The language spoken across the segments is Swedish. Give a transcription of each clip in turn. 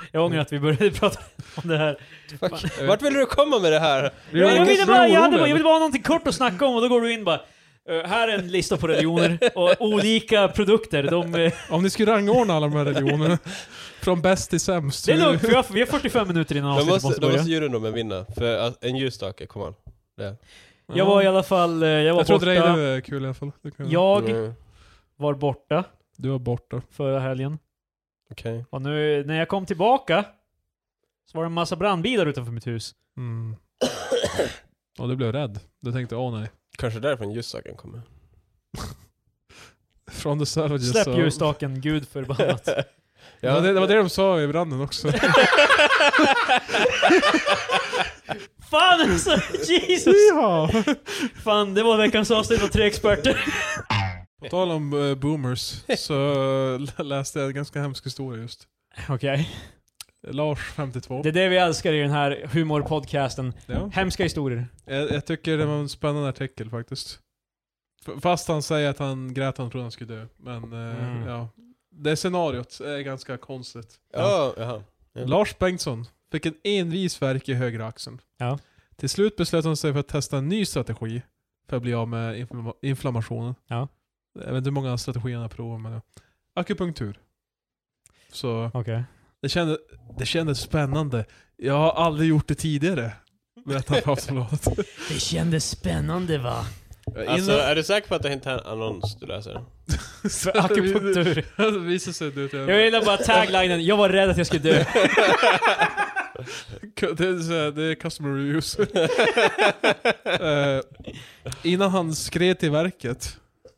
Jag ångrar att vi började prata om det här. Vart vill du komma med det här? Jag vill bara ha någonting kort att snacka om, och då går du in bara här är en lista på religioner och olika produkter. Om ni skulle rangordna alla de här religionerna från bäst till sämst. Det är lugnt, för vi har 45 minuter innan avsnittet måste börja. Då måste juryn vinna, för en ljusstake, kom on. Jag var i alla fall jag trodde borta. det var kul i alla fall. Jag var borta. Du var borta. Förra helgen. Okej. Och nu när jag kom tillbaka så var det en massa brandbilar utanför mitt hus. Och du blev rädd. Du tänkte, nej. Kanske därifrån ljusstaken kommer. Från the savages. Släpp ljusstaken, Gud förbannat. Ja, det var det de sa i branden också. Fan alltså, Jesus! Ja. Fan, det var veckans avsnitt av 3 experter. På tal om boomers så läste jag en ganska hemsk historia just. Okej. Lars 52. Det är det vi älskar i den här humorpodcasten. Ja. Hemska historier. Jag tycker det var en spännande artikel faktiskt. Fast han säger att han grät, han trodde han skulle dö. Men ja, det scenariot är ganska konstigt. Ja. Lars Bengtsson fick en envis värk i högra axeln. Ja. Till slut beslöt han sig för att testa en ny strategi för att bli av med inflammationen. Ja. Jag vet inte hur många strategier han har provat, men akupunktur. Så det kändes spännande. Jag har aldrig gjort det tidigare. Berättar på Aftonbladet. Det kändes spännande, va? Alltså, är du säker på att det inte är en annons du läser? För akupunktur. Det visar sig det. Jag gillar bara taglinen. Jag var rädd att jag skulle dö. Det är customer reviews. Innan han skred till verket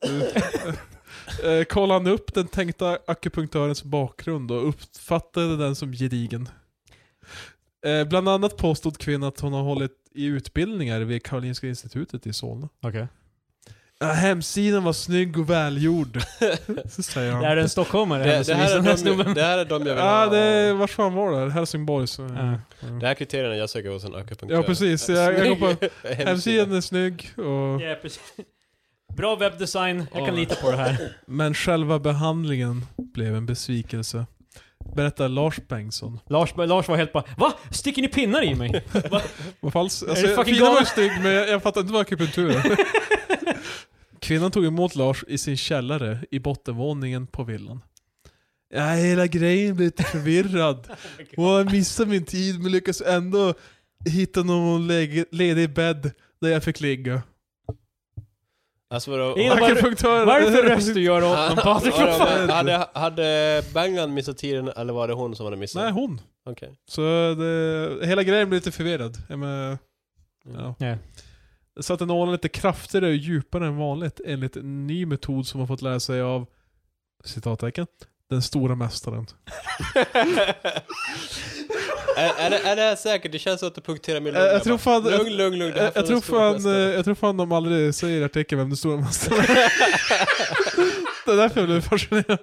kollade han upp den tänkta akupunktörens bakgrund och uppfattade den som gedigen. Bland annat påstod kvinnan att hon har hållit i utbildningar vid Karolinska institutet i Solna. Okej. Hemsidan var snygg och välgjord. Så säger han. Det är en stockholmare. Det här är de jag vill ha. Ja, det vart fan var det? Helsingborg. Så. Det här kriterierna jag söker hos en akupunktör. Ja, precis. Jag kom på hemsidan är snygg och... Ja, precis. Bra webbdesign. Jag kan lita på det här. Men själva behandlingen blev en besvikelse. Berättar Lars Bengtsson. Lars var helt bara, va? Sticker ni pinnar i mig? Vad falskt? Alltså, kvinnan var stygg, men jag fattar inte vad akupunktur är. Kvinnan tog emot Lars i sin källare i bottenvåningen på villan. Ja, hela grejen blev lite förvirrad. Och jag missade min tid, men lyckas ändå hitta någon ledig bädd där jag fick ligga. Alltså varför röst du gör åt någon, Patrik? Hade Bangan missat tiden, eller var det hon som hade missat? Nej, hon. Okay. Så hela grejen blev lite förvirrad. Så att den ålar lite kraftigare och djupare än vanligt enligt en ny metod som man fått lära sig av citattecken, den stora mästaren. är det säkert? Det känns som att du punkterar med lugn. Jag tror fan lugn. Jag tror fan de aldrig säger i artikeln vem den stora mästaren är. Det är därför jag blev fascinerad.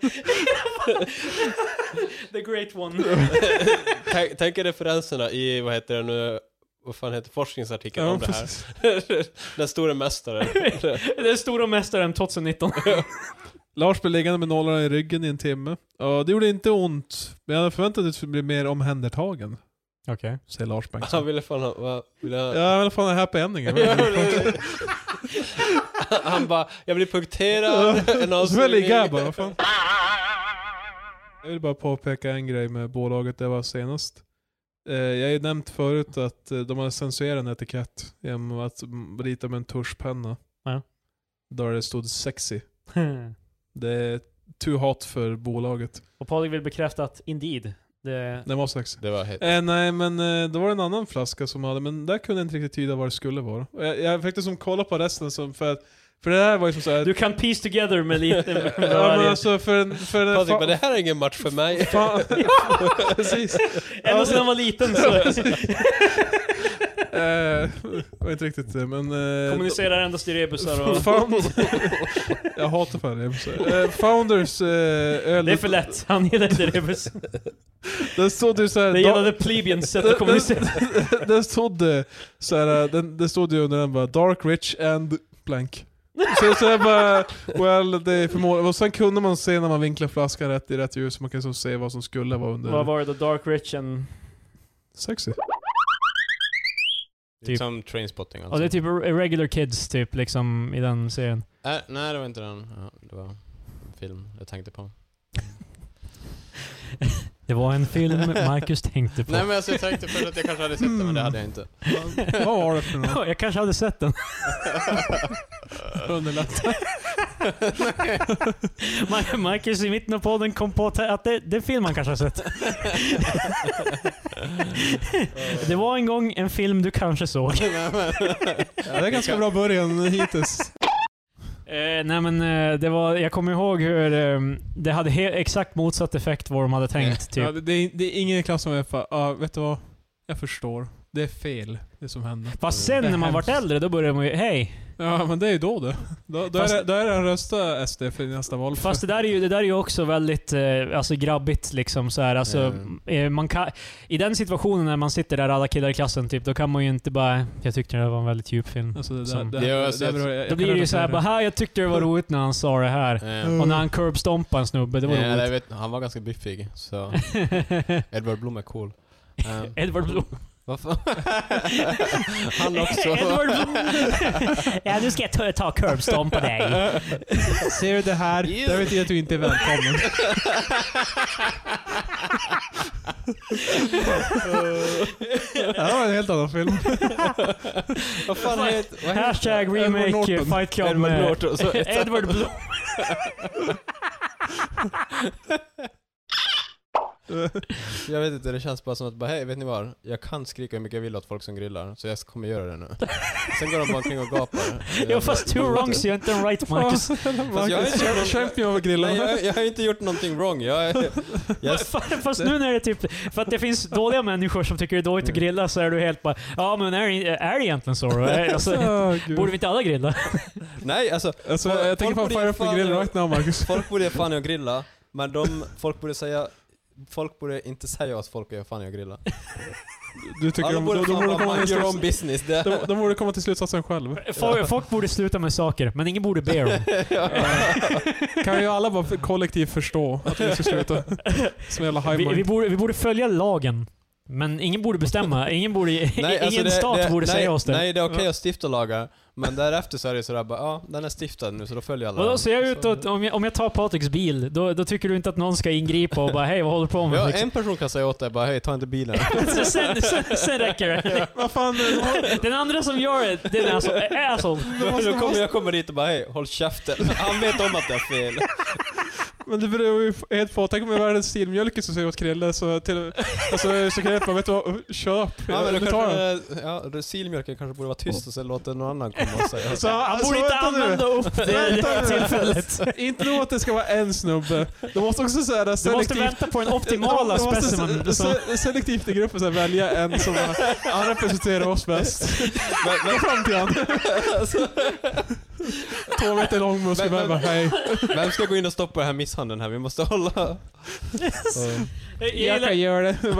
The great one. Tänk referenserna i, vad fan heter forskningsartikeln om det här? Den stora mästaren. Den stora mästaren 2019. Lars blev liggande med nålarna i ryggen i en timme. Och det gjorde inte ont. Men jag hade förväntat att det skulle bli mer omhändertagen. Okej. Säger Lars Bengtsson. Han ville fan ha... Jag ville fan ha happy ending. Han bara, jag blir punkterad. Så vill ligga bara, vad fan. Jag vill bara påpeka en grej med bolaget det var senast. Jag har ju nämnt förut att de har censurerat en etikett genom att rita med en tuschpenna. Ja. Där det stod sexy. Det är too hot för bolaget. Och Patrik vill bekräfta att indeed det var sexy. Det var hett. Nej, men då var det en annan flaska som hade, men där kunde jag inte riktigt tyda vad det skulle vara. Jag fick det som kolla på resten som för det här var ju som så här, du kan piece together med lite. Ja, men alltså för Patrik, men det här är ingen match för mig. Precis. Ända sedan han var liten så. Var inte riktigt det, men kommunicerar endast i rebusar och... Jag hatar fan rebusar. Founders öl... Det är för lätt, han gillar inte rebus. Det stod ju såhär... Det gällde plebeians sätt att kommunicera. Det stod såhär... Det stod ju under den bara Dark, Rich and blank. Så jag bara, well, det är förmodligen. Och sen kunde man se när man vinklar flaskan rätt i rätt ljus, så man kan så se vad som skulle vara under. Vad var det då? Dark Rich and... Sexy. Typ som Trainspotting alltså. Ja, det är typ Regular Kids typ liksom i den serien. Nej, det var inte den. Ja, det var en film jag tänkte på. Det var en film Marcus tänkte på. Nej, men alltså, jag tänkte för att jag kanske hade sett den, men det hade jag inte. Vad var det för något? Ja, jag kanske hade sett den. Underlätta. Marcus i mitten av podden kom på att det är film man kanske har sett. Det var en gång en film du kanske såg. Ja, det är ganska bra början hittills. Nej men det var, jag kommer ihåg hur det hade exakt motsatt effekt vad de hade tänkt. Typ. Ja, det är ingen i klassen som är för, vet du vad? Jag förstår. Det är fel, det som händer. Fast sen när man vart äldre, då började man ju, hej. Ja, men det är ju då det. Då är det en rösta SD för nästa val. Fast det där är ju också väldigt alltså grabbigt liksom så här. Alltså, man kan, i den situationen när man sitter där alla killar i klassen typ, då kan man ju inte bara, jag tyckte det var en väldigt djup film. Alltså då blir det ju såhär bara, jag tyckte det var roligt när han sa det här. Och när han curbstompade en snubbe, det var roligt. Han var ganska biffig, så Edward Blom är cool. Edward Blom. Varför? Han också. Ja, nu ska jag ta curbstomp på dig. Ser du det här? Jag vet att du inte är välkommen. Det var en helt annan film. Vad fan heter... Hashtag remake Fight Club med Edward Blom. Jag vet inte, det känns bara som att hej, vet ni vad? Jag kan skrika hur mycket jag vill åt folk som grillar, så jag kommer göra det nu. Sen går de bara omkring och gapar. Ja, fast two wrongs, you're inte right, Marcus. Jag har inte gjort någonting wrong. Fast nu när det typ, för att det finns dåliga människor som tycker det är dåligt att grilla, så är du helt bara, ja men är det egentligen så? Alltså, borde vi inte alla grilla? Nej, alltså jag tänker på Fire Up the Grill right now, Marcus. Folk borde fan att grilla, men folk borde inte säga att folk är fan att grilla. Du tycker de borde komma till business. De borde komma till slutsatsen själv. Folk borde sluta med saker, men ingen borde be dem. Kan ju alla bara kollektivt förstå att vi ska sluta. Som jävla high mind. Vi borde följa lagen. Men ingen borde bestämma. Ingen stat borde säga oss det. Nej, det är okej att stifta lagar. Men därefter så är det sådär bara, den är stiftad nu så då följer alla. Och då ser jag ut att om jag tar Patriks bil, då tycker du inte att någon ska ingripa och bara, hej, vad håller du på med? Ja, en person kan säga åt dig bara, hej, ta inte bilen. sen räcker det. Vad fan? Den andra som gör det, den är asshole. Jag kommer dit och bara, hej, håll käften. Han vet om att det är fel. Men det beror ju helt på. Tänk om jag var en stilmjölk som säger åt Krille, så Krille bara, vet du vad, köp. Ja, silmjölken kanske borde vara tyst och sen låter någon annan komma och säga. Så han borde inte använda upp det tillfället. Inte nog att det ska vara en snubbe. De måste också säga det selektivt. Du måste vänta på den optimala specimen. Selektivt i gruppen så välja en som representerar oss bäst. Gå fram till han. 2 meter lång muskeln, bara hej. Vem ska gå in och stoppa den här misshandeln här? Vi måste hålla... Jag kan göra det.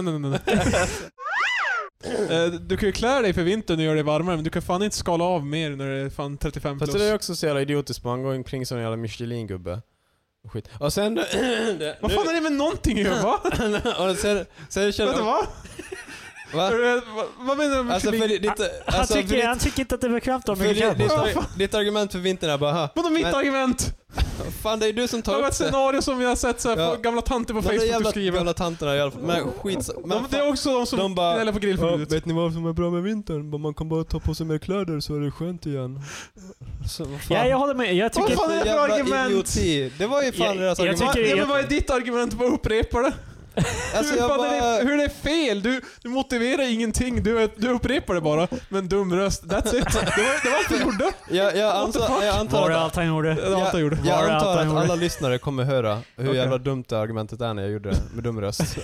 Nej. Du kan ju klä dig för vintern och göra det varmare, men du kan fan inte skala av mer när det är fan 35 plus. Fast det är också så jävla idiotiskt, man går omkring som en jävla Michelin-gubbe. Skit. Och sen... Vad fan är det med någonting att göra? Och sen känner... Vet du vad? Va? Vad menar du med Michelin? Han tycker inte att det är bekvämt om ditt argument för vintern är bara... Vadå mitt argument? Fan, det är du som tar upp det. Det var ett scenario som jag har sett så här på gamla tanter på Facebook skriva. Gamla tanterna i alla fall. Men skit. Det är också de som gnäller på grillförbudet. Vet ni vad som är bra med vintern? Man kan bara ta på sig mer kläder så är det skönt igen. Ja, jag håller med. Jag tycker vad fan är det för argument? Idioti. Det var ju fan deras argument. Men vad är ditt argument? Bara upprepa det. Alltså hur det är fel? Du motiverar ingenting. Du upprepar det bara. Men dum röst. That's it. Det var allt du gjorde. Jag antar att alla lyssnare kommer höra hur jävla dumt det argumentet är när jag gjorde det med dum röst.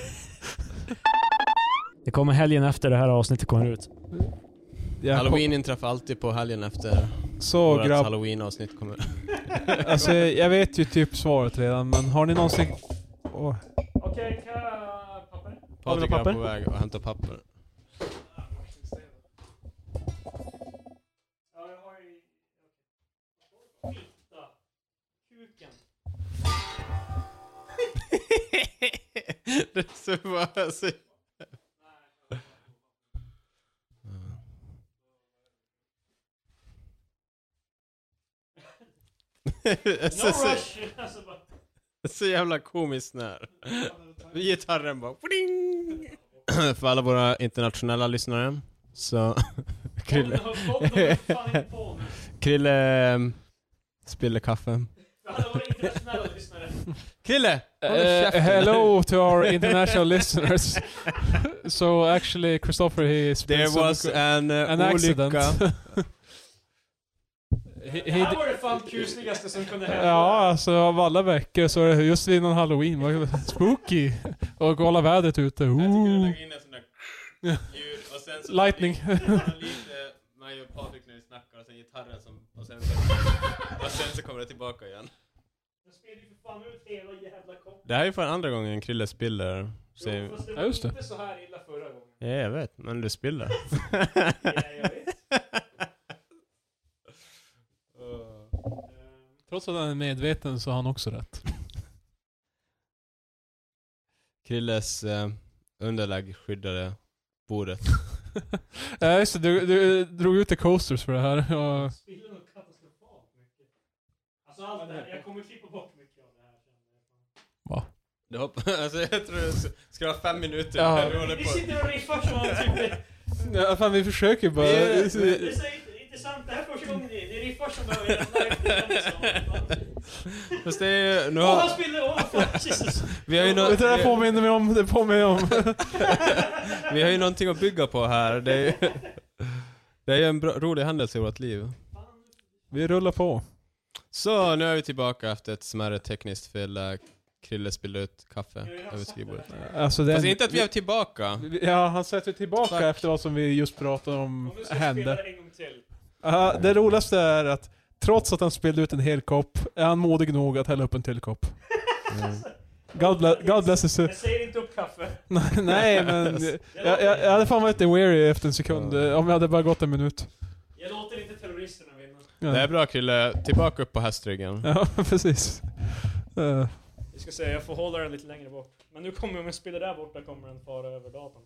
Det kommer helgen efter det här avsnittet kommer ut. Halloween inträffar alltid på helgen efter. Så grabb. Halloween-avsnitt kommer. Alltså jag vet ju typ svaret redan, men har ni någonsin... Okej, papper? Patrik är på väg och hämta papper. Så bara så... Så jävla komiskt när gitarren bara för alla våra internationella lyssnare så Krille spiller kaffe. Krille! Hello to our international listeners. So actually Christopher there was an accident. Det här var det fan kusligaste som kunde hända. Ja, alltså av alla veckor så är det just innan Halloween var spooky. Och kolla vädret ute. Jag tycker du lägger in en sån där ljud och sen så lightning. Lite mig och Patrik när vi snackar och sen gitarren som och sen så kommer det tillbaka igen. Jag spelar ju för fan ut hela jävla kopp. Det här är för andra gången Krille spiller. Jo, fast det var inte så här illa förra gången. Ja, jag vet, men du spiller. Ja, jag vet. Trots att han är medveten så har han också rätt. Krilles underlägg skyddade bordet. Ja just det, du drog ut the coasters för det här. Och... Spiller nog katastrofalt mycket. Alltså allt det här, jag kommer klippa bort mycket av det här. Va? Alltså jag tror det ska vara 5 minuter. Ja. Vi sitter och riffar som typ... Ja, fan vi försöker bara. Det är så intressant, det här första gången det riffar som behöver Fast det är ju... Han spiller, Jesus. Vi har ju Det där påminner mig om, Vi har ju någonting att bygga på här. Det är ju en rolig händelse i vårt liv. Vi rullar på. Så, nu är vi tillbaka efter ett smärre tekniskt fel. Krille spillde ut kaffe över skrivbordet. Alltså Fast inte att vi är tillbaka. Ja, han sätter tillbaka Tack. Efter vad som vi just pratade om hände. En gång till. Det roligaste är att trots att han spillde ut en hel kopp är han modig nog att hälla upp en till kopp. God bless us. Jag säger inte upp kaffe. Nej, men jag hade fan varit weary efter en sekund om jag hade bara gått en minut. Jag låter inte terroristerna vinna. Ja. Det är bra Krille, tillbaka upp på hästryggen. Ja, precis. Vi ska säga, jag får hålla den lite längre bort. Men nu kommer om jag spelar där borta kommer den fara över datorn.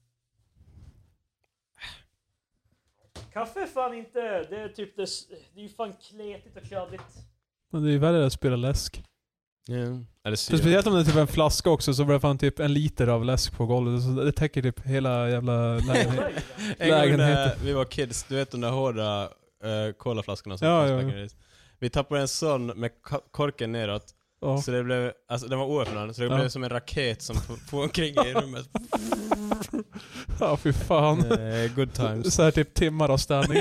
Kaffe är fan inte, det är typ det är ju fan kletigt och kladdigt. Men det är ju värre att spela läsk. Eller speciellt om det är typ en flaska också så blir det fan typ 1 liter av läsk på golvet. Så det täcker typ hela jävla lägenheten. En gång när vi var kids, du vet de där hårda colaflaskorna som ja. Vi tappade en sån med korken neråt. Ja. Så det blev, alltså den var oöppnad, så det blev som en raket som får omkring i rummet. Ja, fy fan. Good times. Så här typ timmar av städning.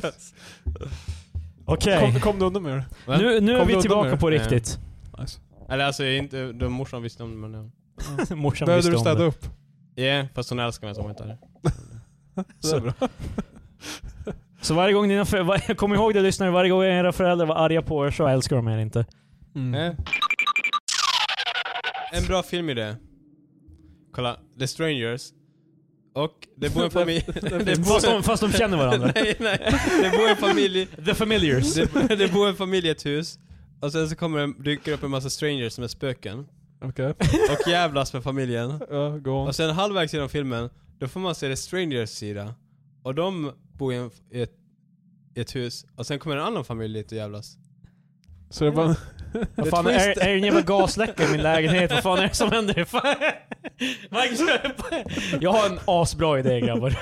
Okej. Kom du undan med det? Nu är vi tillbaka på riktigt. Nice. Eller alltså, inte, de morsan visste om det, men ja. Morsan behövde visste du städa om upp? Ja, fast hon älskar mig som hon inte är. Så bra. Så varje gång dina föräldrar, kom ihåg det lyssnare, varje gång era föräldrar var arga på er så älskar de er inte. En bra filmidé. Kolla, The Strangers. Och det bor en familj... fast de känner varandra. nej. Det bor en familj... The Familiars. Det bor en familj i ett hus. Och sen så dyker upp en massa strangers som är spöken. Okej. Och jävlas med familjen. Go on. Och sen halvvägs genom filmen, då får man se The Strangers sida. Och de bor i ett hus. Och sen kommer en annan familj dit och jävlas. Så det bara... Vad fan, är det en jävla gasläcka i min lägenhet? Vad fan är det som händer? Jag har en asbra idé, grabbar.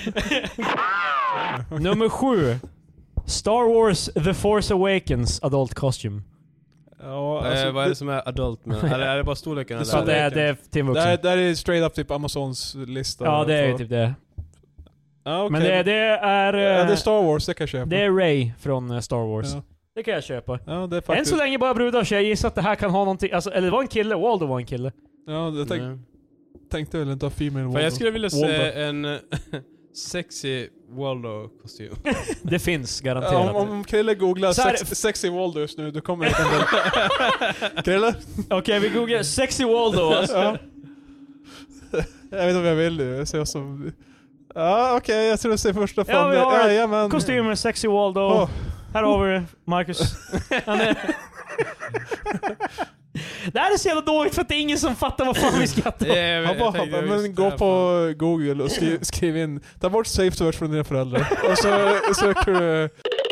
Nummer 7. Star Wars The Force Awakens Adult Costume. Ja, alltså, vad är det som är adult med? Eller är det bara storleken? Så det är till vuxen. Det är straight up typ Amazons lista. Ja, det är ju typ det. Okay. Men det är... det är Star Wars, det kan jag köpa. Det är Rey från Star Wars. Ja. Det kan jag köpa. Ja, det är faktiskt... Än så länge bara brudar, så jag gissar att det här kan ha någonting... Alltså, eller det var en kille, Waldo var en kille. Ja, det tänkte väl inte ha female Waldo. För jag skulle vilja se en sexy Waldo-kostym. Det finns garanterat. Om Krille googlar sexy Waldo just nu, då kommer det en Krille? Okej, vi googlar sexy Waldo. Alltså. Ja. Jag vet inte om jag vill nu. Jag ser som... Ja, okej, jag tror jag ser första fan. Ja, vi har men... kostymer sexy Waldo. Här har vi Marcus. Det här är så jävla dåligt för att det är ingen som fattar vad fan vi skrattar. Han bara, men gå på Google och skriv in, ta bort safe search från dina föräldrar. Och så söker du...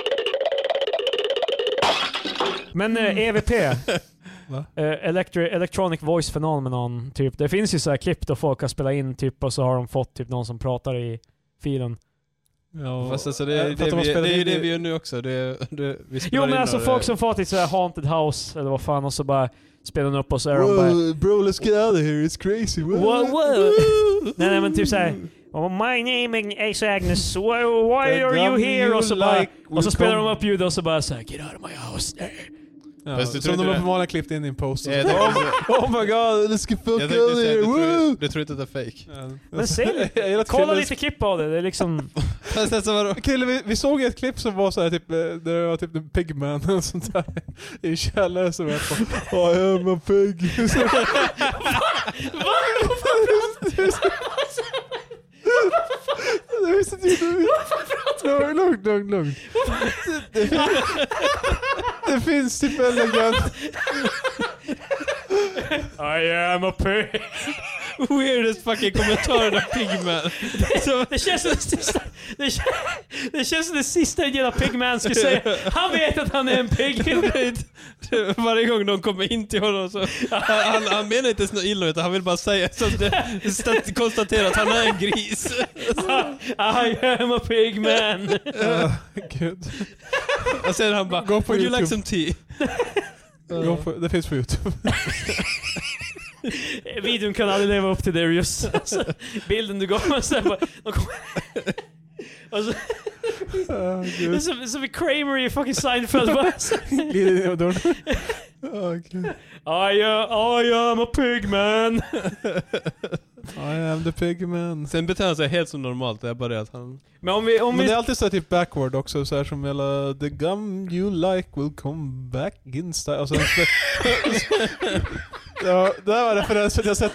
Men EVP, Electronic Voice Phenomenon, typ. Det finns ju så här klipp då folk har spelat in typ, och så har de fått typ någon som pratar i filen. Ja, fast alltså det är ju det vi gör nu också. Jo men alltså folk som fått ett så här haunted house eller vad fan, och så bara spelar upp och så är de bara bro, let's get out of here, it's crazy. Wow. nej men typ såhär, my name is Agnes, why are you here? Och så, bara, och så spelar de upp ljud och så bara såhär, get out of my house. Ja, som de uppenbarligen klippt in i en post. Oh my god, let's get fucked out here. Du tror inte att det är fake? Ja. Men säg det. Kolla lite klipp av det. Det är liksom... Krille, vi såg ett klipp som var så här typ, där det var typ en pigman och sånt där i en källare som var på I am a pig. Lugn. Det finns typ en legend. I am a pig. Weirdest fucking kommentar av Pigman. Det känns som det sista en jävla Pigman skulle säga. Han vet att han är en pig. Varje gång de kommer in till honom så han menar inte så illa, utan han vill bara säga så att det konstaterar att han är en gris. I am a Pigman. Gud. Och sen han bara, would you like some tea? Det finns på YouTube. Videon kan aldrig leva upp till det just. Alltså, bilden du gav mig sen bara, och så, det är som i Kramer i fucking Seinfeld. I am a pigman. I am the pigman. Sen beter han sig helt som normalt. Det är bara det att han... Men men det är alltid så typ backward också, så här som hela the gum you like will come back in style. Alltså, ja, det här var referens för att jag sett...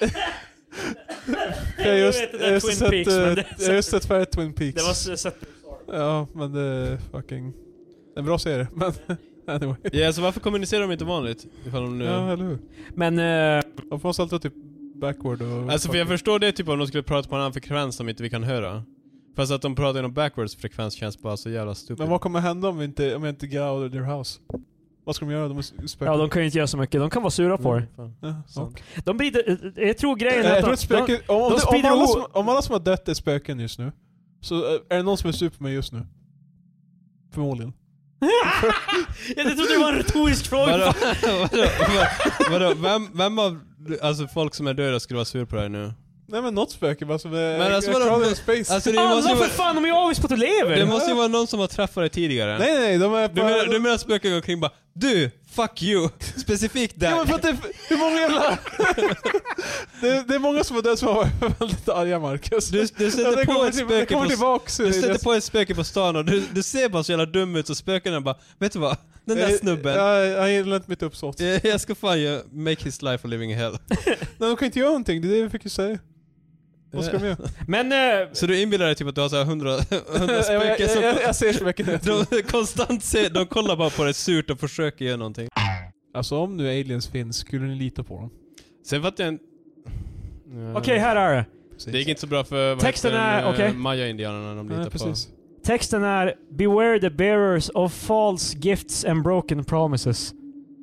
jag har just sett färdigt Twin Peaks. Det var sett. Ja, men det är fucking... en bra serie, men... anyway. Ja, så varför kommunicerar de inte vanligt? Ifall de nu... Ja, eller hur? Men... de får alltid typ backward och... Alltså för jag förstår det typ om de skulle prata på en annan frekvens som inte vi kan höra. Fast att de pratar inom backwards frekvens känns bara så jävla stupid. Men vad kommer hända om vi inte get out of their house? Vad ska de göra? Ja, de kan ju inte göra så mycket. De kan vara sura på det. De blir... jag tror grejen är att om alla som har dött är spöken just nu, så är det någon som är sur på mig just nu. Förmodligen. Jag trodde det var en retorisk fråga. Vadå? Vem av alltså folk som är döda skulle vara sur på dig nu? Nej men något spöke bara som är... Men alltså space. Alla för fan, de är ju avis på att du lever. Det måste ju vara någon som har träffat dig tidigare. Nej, de är bara... Du menar spöken går kring bara, du, fuck you. Specifikt där. Ja, men för att det är många jävla... det är många som är döda som har väldigt arga, Marcus. Du sätter på ett spöke du sätter på ett spöke på stan och du ser bara så jävla dum ut, så spöken bara, vet du vad? Den där snubben. Jag gillar inte mitt uppsåt. Jag ska fan make his life a living hell. Nej, de kan inte göra någonting, det är det vi fick ju säga. Vad ska de göra? Men, så du inbillar dig typ att du har så här 100 spöken som... jag ser spöken. De konstant ser, de kollar bara på det surt och försöker göra någonting. Alltså om nu aliens finns, skulle ni lita på dem? Sen fattar jag Okej, här är det. Det gick inte så bra för texten är Maya-indianerna de litar på. Texten är beware the bearers of false gifts and broken promises.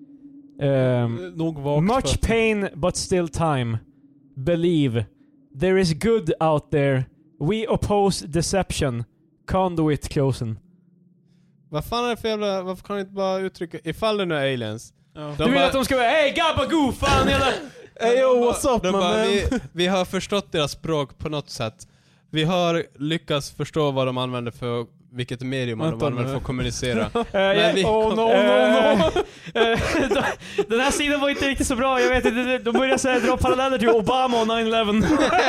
Much pain but still time. Believe. There is good out there. We oppose deception. Conduit closen. Vad fan är det för jävla... Varför kan du inte bara uttrycka... Ifall det nu är aliens. Ja. Du vill att de ska vara hey gabagoo, fan hela... Hey yo, what's up man? Vi har förstått deras språk på något sätt. Vi har lyckats förstå vad de använder för... Vilket medium de använder för att kommunicera. No. Den här sidan var inte riktigt så bra. Jag vet inte, de börjar säga dra paralleller till Obama och 9/11.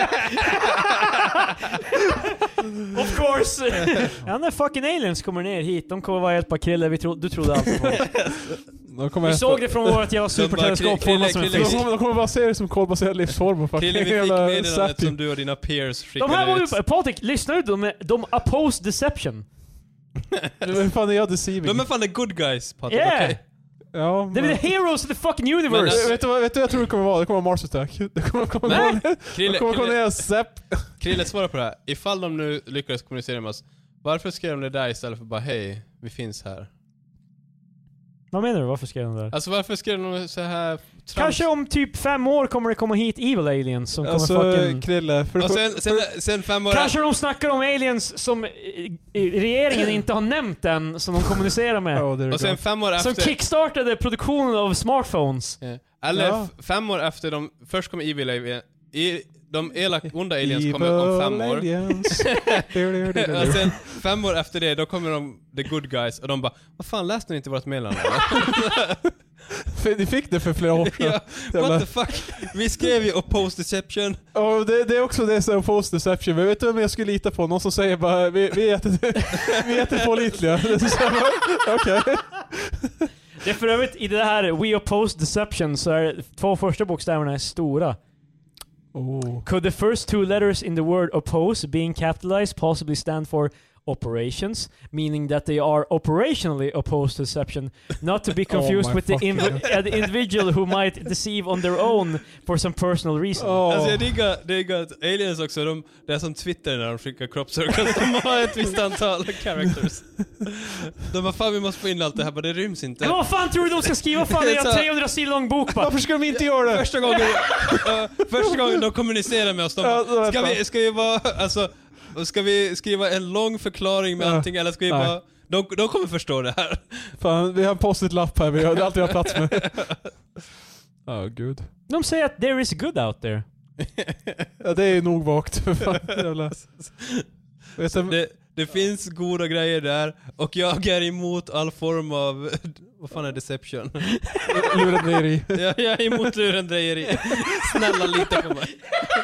Of course. Ja, när fucking aliens kommer ner hit, de kommer vara hjälpa Krille. Du trodde allt var. Vi såg det från vårt jävla superteleskop. De kommer bara se det som kolbaserad livsform. Krille, vi fick meddelandet som du och dina peers skickade. De här var ju... Patrik, lyssnar du? De oppose deception. Men fan är jag deceiving? De är fan the good guys, Patrik. Yeah. Okay. Ja, Det är the heroes of the fucking universe! Men, vet du vad jag tror det kommer vara? Det kommer vara Mars Attack. Det kommer ner Zepp. Krille, svara på det här. Ifall de nu lyckades kommunicera med oss, varför skrev de det där istället för bara hej, vi finns här? Vad menar du? Varför skrev de där? Alltså varför skrev de så här Kanske om typ 5 år kommer det komma hit evil aliens som kommer fucking... Krille. Och sen 5 år... Kanske de snackar om aliens som regeringen inte har nämnt än, som de kommunicerar med. Och sen 5 år efter... Som kickstartade produktionen av smartphones. Yeah. Eller 5 år efter de... Först kommer evil aliens... De onda aliens kommer om 5 år. Och sen 5 år efter det, då kommer de the good guys och de bara, vad fan, läste ni inte vårt meddelande? Ni fick det för flera år sedan. What the fuck? Vi skrev ju oppose deception. Och det är också det som är oppose deception. Men vet du vem jag skulle lita på? Någon som säger bara, vi är jättepålitliga. Okej. Det är för övrigt i det här We oppose deception så är 2 första bokstäverna är stora. Could the first 2 letters in the word oppose being capitalized possibly stand for operations, meaning that they are operationally opposed to deception, not to be confused with the individual who might deceive on their own for some personal reason. Alltså jag diggar att aliens också, det är som Twitter när de skickar crop circles, de har ett visst antal characters. De bara, fan vi måste få in allt det här, men det ryms inte. Men vad fan tror du de ska skriva? Fan, det är en 300 sidor lång bok bara. Varför ska de inte göra det? Första gången de kommunicerar med oss, de bara, ska vi vara, alltså, ska vi skriva en lång förklaring med allting, eller ska vi bara... De kommer förstå det här. Fan, vi har en post-it-lapp här, vi har alltid har plats med. Gud. De säger att there is good out there. Ja, det är nog vagt. Det finns goda grejer där, och jag är emot all form av... Vad fan är deception? Lurendrejeri. Jag är emot lurendrejeri. Snälla, lita på mig.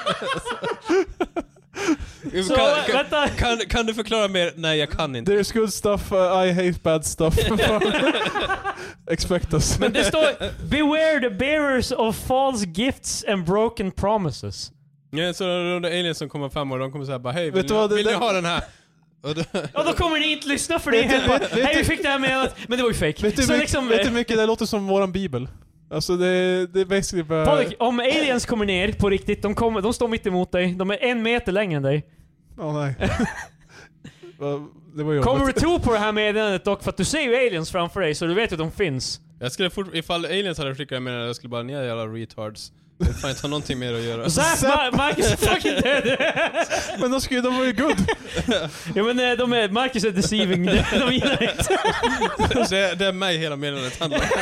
Kan du förklara mer? Nej, jag kan inte. There's good stuff, I hate bad stuff. Expect us. Men det står beware the bearers of false gifts and broken promises. Ja, så de aliens som kommer fram och de kommer säga bara, hej, vill ni ha den här? Och då kommer ni inte lyssna för det. Hej, vi fick det här med, men det var ju fake. Vet du mycket det låter som våran bibel? Alltså det är basically bara... Patrik, om aliens kommer ner på riktigt, de står mitt emot dig. De är 1 meter längre än dig. Nej. Det var jobbigt. Kommer du tro på det här meddelandet dock? För att du ser ju aliens framför dig, så du vet att de finns. Jag skulle ifall aliens hade skickat med jag skulle bara, ni är jävla retards. Det får inte ha någonting mer att göra. Marcus är fucking dead. Men de var ju good. Ja, men Marcus är deceiving. De gillar inte. Det är mig hela meddelandet handlar om.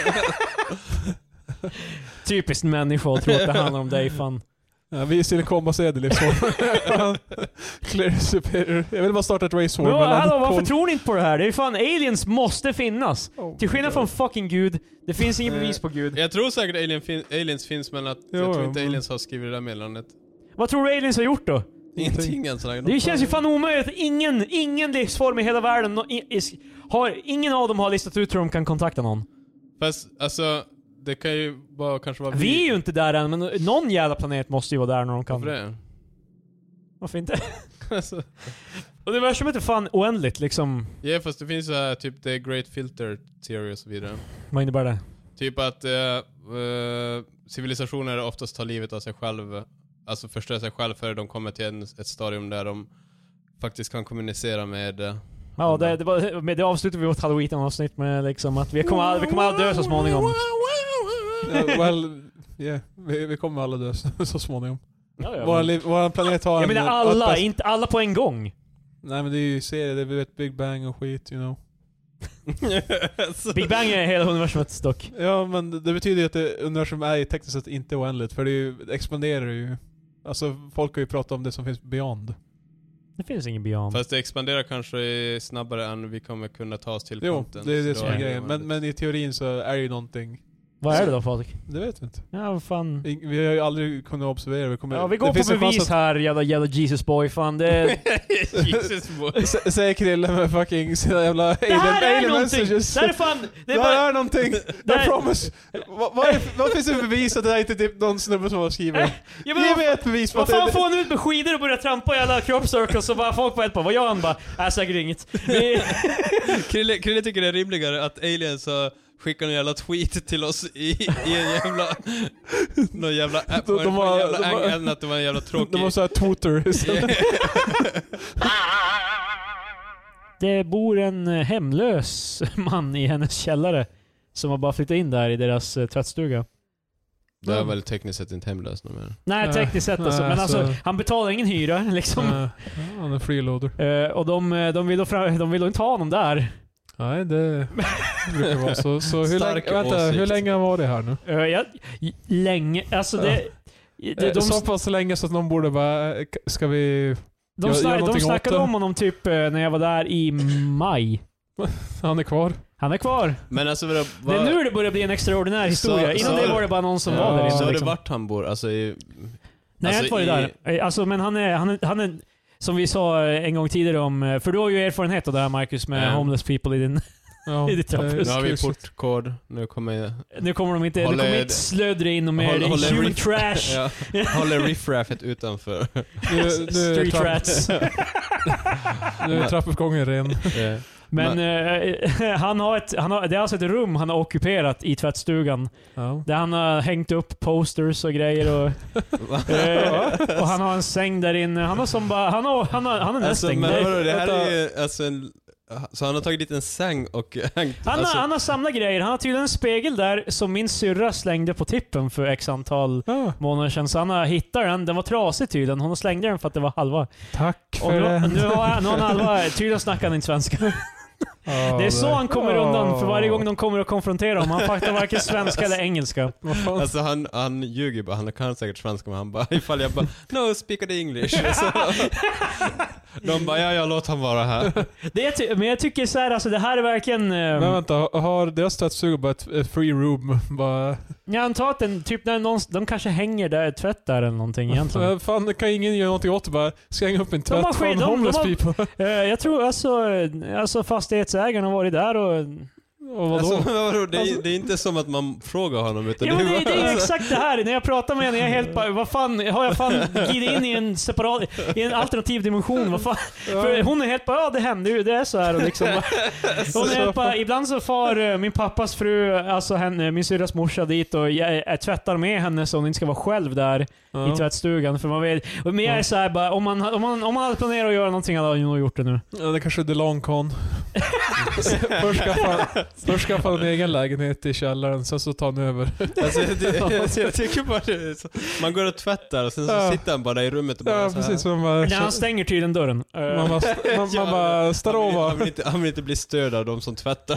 Typiskt människor tror att det handlar om dig, fan. Ja, vi är silikonbaserade livsform. Clear superior. Jag vill bara starta ett race war. Men hallå, varför tror ni inte på det här? Det är fan, aliens måste finnas. Till skillnad från fucking Gud. Det finns ingen bevis på Gud. Jag tror säkert aliens finns, men att jag tror inte aliens har skrivit det där meddelandet. Vad tror du aliens har gjort då? Ingenting än så länge. Det känns ju fan omöjligt. Ingen livsform i hela världen ingen av dem har listat ut hur de kan kontakta någon. Fast, alltså... Det kan ju bara kanske vara vi är ju inte där än, men någon jävla planet måste ju vara där när de kan. Varför det? Varför inte? Alltså. Och det värsta är fan oändligt liksom. Ja, fast det finns så här typ the great filter theory och så vidare. Vad innebär det? Typ att civilisationer oftast tar livet av sig själv. Alltså förstör sig själv för de kommer till ett stadium där de faktiskt kan kommunicera med... Ja, det avslutar vi vårt Halloween-avsnitt med liksom att vi kommer alla dö så småningom. Vi kommer alla dö så småningom. Ja, vår planet har jag menar alla, inte alla på en gång. Nej, men det är ju serier, vi vet Big Bang och skit, you know. Big Bang är hela universumet dock. Ja, men det betyder ju att universum är tekniskt sett inte oändligt, för det expanderar ju. Alltså, folk har ju pratat om det som finns beyond. Det finns ingen beyond. Fast det expanderar kanske snabbare än vi kommer kunna ta oss till content. Det är det som är grejen. Men i teorin så är det ju någonting. Vad är det då, Patrik? Det vet vi inte. Ja, fan. Vi har ju aldrig kunnat observera. Vi går på bevis här, jävla Jesus boy, fan. Det Jesus boy. Säger Krille med fucking sina jävla alien messages. Det här är fan... Det är någonting. I promise. Vad finns det för bevis att det här inte är typ någon snubbe som har skrivit? Ge mig ett bevis på att... Vad fan får han ut med skidor och börjar trampa i alla crop circles och bara folk på ett på? Vad gör han bara? Säkert inget. Krille tycker det är rimligare att aliens har skickade en jävla tweet till oss i en jävla någon jävla app, att det var en jävla tråkig. Det var så här Twitter istället. Det bor en hemlös man i hennes källare som har bara flyttat in där i deras tvättstuga. Det är väl tekniskt sett inte hemlös nu mer. Nej, tekniskt sett alltså. Men alltså, han betalar ingen hyra liksom. Han är freeloader. Och de vill inte ha honom där. Nej, det brukar vara så. Så hur länge var det här nu? Länge, alltså så pass länge så att någon borde bara, ska vi de snackade om honom typ när jag var där i maj. Han är kvar. Han är kvar. Men alltså, det är nu det börjar bli en extraordinär historia. Innan det var det bara någon som var där inne. Så liksom. det vart han bor? Alltså nej, jag har inte varit där. Alltså, men han är som vi sa en gång tidigare om, för du har ju erfarenhet av det här, Marcus, med homeless people i din i ditt trapphus. Nu har vi portkod. Nu kommer de inte slödra in och mer human trash. Håller riffraffet utanför. Street rats. Nu är trappuppgången ren. Men det är alltså ett rum han har ockuperat i tvättstugan. Där han har hängt upp posters och grejer och han har en säng där inne. Han har som bara han har en alltså, säng. Men det här är alltså så han har tagit dit en säng och hängt, han har samlat grejer. Han har tydligen en spegel där som min syrra slängde på tippen för x antal månader sedan. Så han har hittat den var trasig tydligen. Hon slängde den för att det var halva. Tack för det. Nu har han halva. Tydligen snackar han inte svenska. Det är så han kommer undan för varje gång de kommer att konfrontera honom. Han fattar varken svenska eller engelska. Alltså han ljuger bara. Han kan säkert svenska, men han bara, ifall jag bara no, speak the English. Så, de bara, jag låt han vara här. Men jag tycker så här, alltså det här är verkligen men vänta, har deras tvättstuga bara ett free room? Bara... Jag antar att typ när de kanske hänger där, tvätt där eller någonting egentligen. Fan, det kan ingen göra någonting åt det, bara ska hänga upp en tvätt från homeless people. Jag tror alltså fastighetsägaren har varit där och vadå? Alltså, det är inte som att man frågar honom, utan ja, det är exakt det här. När jag pratar med henne, jag är helt bara, vad fan, har jag fan glidit in i en alternativ dimension? Vad fan? För hon är helt bara, det händer ju, det är så här och liksom. Hon är helt bara, ibland så far min pappas fru, alltså min syrras morsa dit och jag tvättar med henne så hon inte ska vara själv där i tvättstugan, för man vet. Men jag är så här bara, om man hade planerat att göra någonting hade jag nog gjort det nu. Ja, det kanske är the long con. Först skaffa en egen lägenhet i källaren, sen så tar han över. Alltså, jag tycker bara det, man går och tvättar och sen så sitter han bara i rummet och bara precis, han stänger tydligen dörren. Man bara Starova. Han vill inte bli störd av de som tvättar.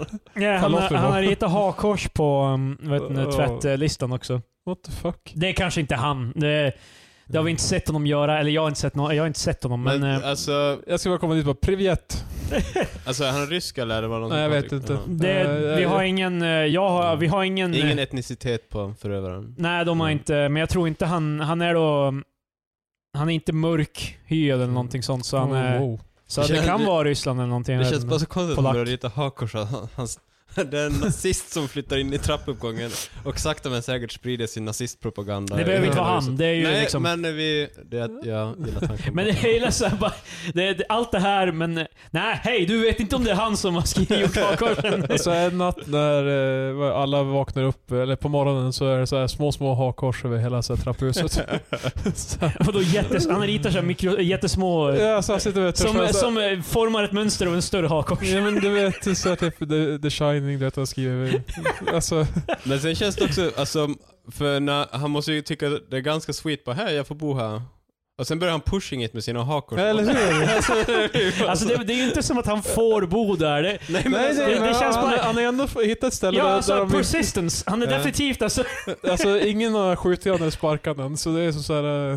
Han har ritat hakors på tvättlistan också. What the fuck? Det är kanske inte han. Det har vi inte sett honom göra, eller jag har inte sett honom, men alltså, jag ska bara komma dit på privet. Alltså är han rysk eller var det någon? Nej, jag vet inte. Vi har ingen ingen etnicitet på förövaren. Nej, de har inte, men jag tror inte han är inte mörk hy eller någonting sånt, så han är så det kan vara Ryssland eller någonting. Det känns bara så konstigt att han börjar rita hakors. Det är en nazist som flyttar in i trappuppgången och sakta men säkert sprider sin nazistpropaganda. Det behöver inte vara han. Det är ju nej, liksom... men jag gillar tanken. Men det är så här bara, allt det här, men nej, hej, du vet inte om det är han som har skrivit hakorsen. Alltså en natt när alla vaknar upp, eller på morgonen, så är det så här små hakors över hela så här trapphuset. Och då han ritar så här jättesmå, ja, så som formar ett mönster av en större hakors. Ja, men du vet, så typ The Shining, det han skriver. Alltså. Men sen känns det också, alltså, för han måste ju tycka det är ganska sweet på, hej, jag får bo här. Och sen börjar han pushing it med sina hakor. Eller hur? Alltså det är ju inte som att han får bo där. Det känns bara... Han har ändå hittat ett ställe där persistence. Han är definitivt alltså... Alltså ingen har skjutit honom eller sparkat honom, så det är så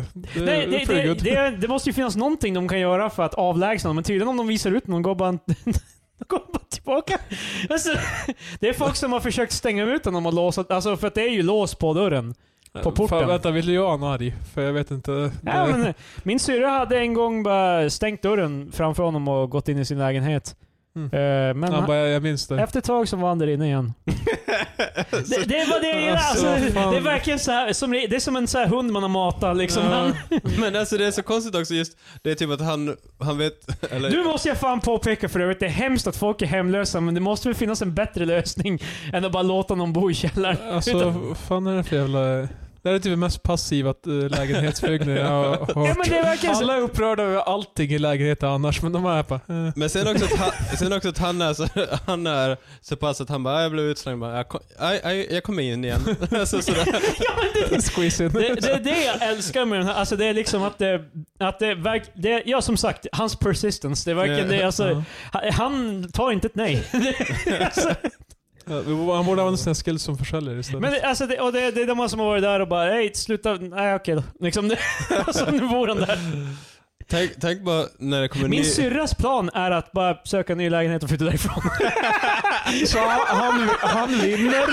här... Det måste ju finnas någonting de kan göra för att avlägsna honom. Men tydligen om de visar ut någon går bara tillbaka. Alltså, det är folk som har försökt stänga ut honom och låsa, alltså för att det är ju lås på dörren. På porten. Fan, vänta, vill jag ha en arg? För jag vet inte. Ja, men min syrra hade en gång bara stängt dörren framför honom och gått in i sin lägenhet. Men han bara, jag minns det. Efter ett tag så var han där inne igen. det var det alltså, det är verkligen så här, det är som en så här hund man har matat liksom. Men alltså det är så konstigt också just, det är typ att han vet eller... Du måste jag fan påpeka för övrigt, det är hemskt att folk är hemlösa, men det måste väl finnas en bättre lösning än att bara låta någon bo i källaren. Alltså, fan är det för jävla... Det är typ det mest passiva lägenhetsbyggnader jag har hört. Ja, men det är alla är upprörda över allting i lägenheten annars, men de är bara... Men sen också att han är så pass att han bara, jag blev utslängd, bara, jag kommer in igen. Så sådär. Ja, men det är det jag älskar med den här. Alltså det är liksom att det ja, som sagt, hans persistence, det är verkligen det, alltså, han tar inte ett nej. Han borde ha en sån skill som försäljare istället. Men alltså det är de som har varit där och bara, hej, sluta, nej okej då. Liksom det, alltså, nu bor han där. Tänk bara när det kommer Min syrras plan är att bara söka en ny lägenhet och flytta därifrån. Så han vinner.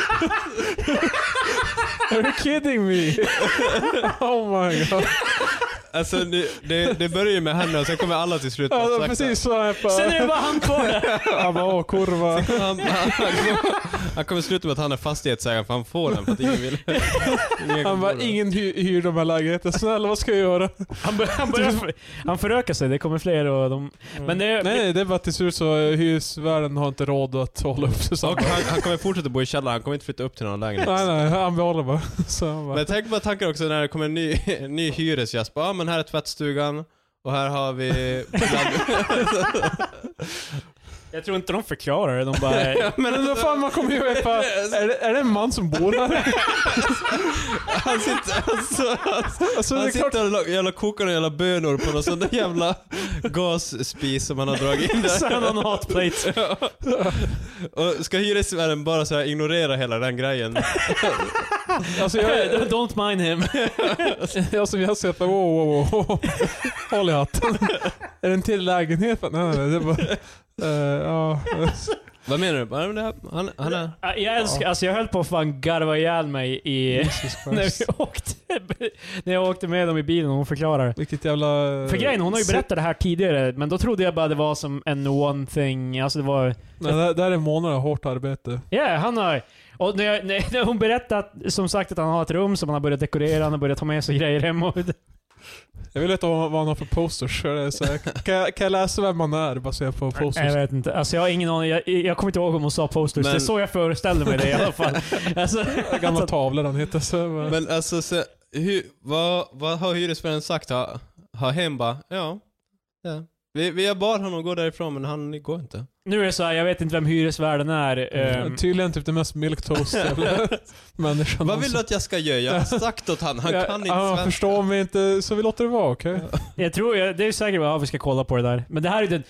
Are you kidding me? Oh my god. Alltså det börjar ju med henne och sen kommer alla till slut. Ja, precis så är det. Sen är det bara han kvar där. Han bara, kurva. Han kommer sluta med att han är fastighetsägare för han får den för att ingen vill. Han bara, ingen hyr de här lägenheterna. Snälla, vad ska jag göra? Han förökar sig, det kommer fler och de... Men Nej, det är bara till slut så hyresvärden har inte råd att hålla upp sig. Han kommer fortsätta bo i källaren, han kommer inte flytta upp till någon lägenhet. Nej, han behåller bara. Men tänk bara tankar också när det kommer en ny hyresgäst. Men här är tvättstugan och här har vi... Jag tror inte de förklarar det, de bara... Men då fan, man kommer ju veta, är det en man som bor där? Han sitter och jävla kokar och jävla bönor på någon sån där jävla gasspis som han har dragit in där. Så han har en hotplate. Och ska hyresvärden bara så här ignorera hela den grejen? Alltså don't mind him. Jag ser på wow. Håll i hatten. Är det en till lägenhet? Nej, det är bara... Vad menar du? Han är... Jag älskar, alltså jag höll på att fan garva ihjäl mig när jag åkte med dem i bilen och hon förklarar. Vilket jävla... För grejen, hon har ju berättat det här tidigare, men då trodde jag bara det var som en one thing, alltså det var... Nej, det är en månad av hårt arbete. Ja, han har... Och när hon berättat, som sagt, att han har ett rum som han har börjat dekorera, han har börjat ta med sig grejer hem och... Jag vill veta vad han har för posters. Så kan jag läsa vem man är baserat på posters? Jag vet inte. Alltså jag har ingen aning. Jag kommer inte ihåg om hon sa posters. Det är så jag föreställde mig det i alla fall. Alltså, gamla tavlor han heter. Så. Men alltså, vad har hyresvärden sagt? Har hem bara, ja. Vi har bad honom gå därifrån, men han går inte. Nu är det så här, jag vet inte vem hyresvärden är. Tydligen typ det mest milktoast människan. Vad vill du att jag ska göra? Jag har sagt åt han kan inte svenska. Han förstår mig inte, så vi låter det vara, okej? Jag tror, det är säkert att vi ska kolla på det där. Men det här är den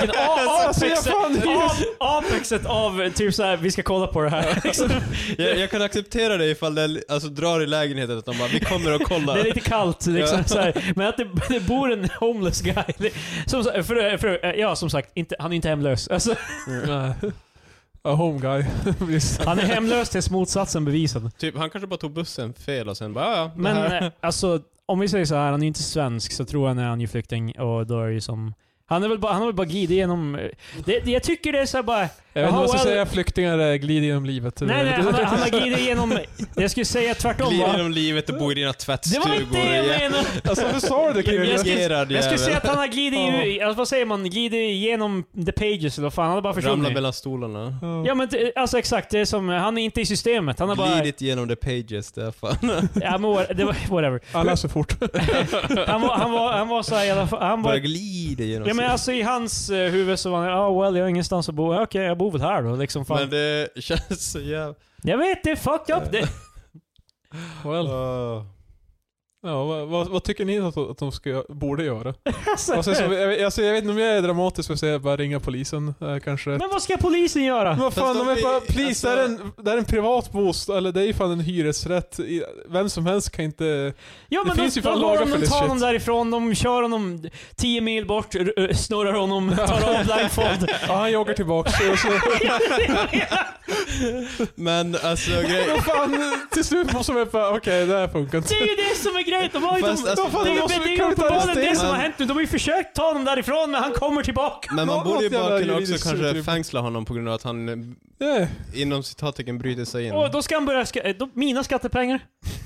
apexet av typ såhär, vi ska kolla på det här. Jag kan acceptera det ifall det alltså, drar i lägenheten att de bara, vi kommer att kolla. Det är lite kallt liksom, så här. Men att det bor en homeless guy. Som sagt, han är inte hemlös. Alltså. A home guy. Han är hemlös tills motsatsen bevisad. Typ, han kanske bara tog bussen fel och sen bara, Men alltså, om vi säger så här, han är inte svensk, så tror jag när han är flykting och då är det ju som... Han har väl bara glidit igenom... Jag tycker det är så här bara... Jag vet inte vad jag ska säga, flyktingar glider genom livet. Nej, han har glidit igenom... Jag skulle säga tvärtom. Glider genom livet och bor i dina tvättstugor. Det var inte det jag menade. Alltså, du sa det, jag skulle säga att han har glidit... Alltså, vad säger man? Glidit igenom the pages eller vad fan. Han har bara försvunnit. Ramlar mellan stolarna. Ja, men alltså exakt. Det är som... Han är inte i systemet. Han har bara... Glidit genom the pages, det är fan. Ja, men det var... Whatever. Han läser fort. Han var så här i alla fall... Han bara glider genom... Ja, men alltså i hans huvud så var han... jag har ingenstans att bo. Okej, jag bor väl här då. Liksom, fan. Men det känns så jävla... Jag vet, det är fucked up det. Well. Ja, vad tycker ni att de borde göra? Jag vet inte om jag är dramatisk för att säga bara ringa polisen kanske. Men vad ska polisen göra? Vad fan, de är bara, please, det är en privat bostad, eller det är ju fan en hyresrätt. Vem som helst kan inte... Ja, men finns ju fan lagar för det. De tar honom därifrån, de kör honom 10 mil bort, snurrar honom, tar av blindfold. Ja, han joggar tillbaka. Men alltså... Fan, till slut måste man bara, okej, det här funkar inte. Det är ju det som är grejen. grejen. Det är ju uppenbarligen det som har hänt nu. De har ju försökt ta honom därifrån, men han kommer tillbaka. Men man borde ju bara kunna också kanske fängsla honom på grund av att han inom citattecken bryter sig in. Och då ska han börja mina skattepengar.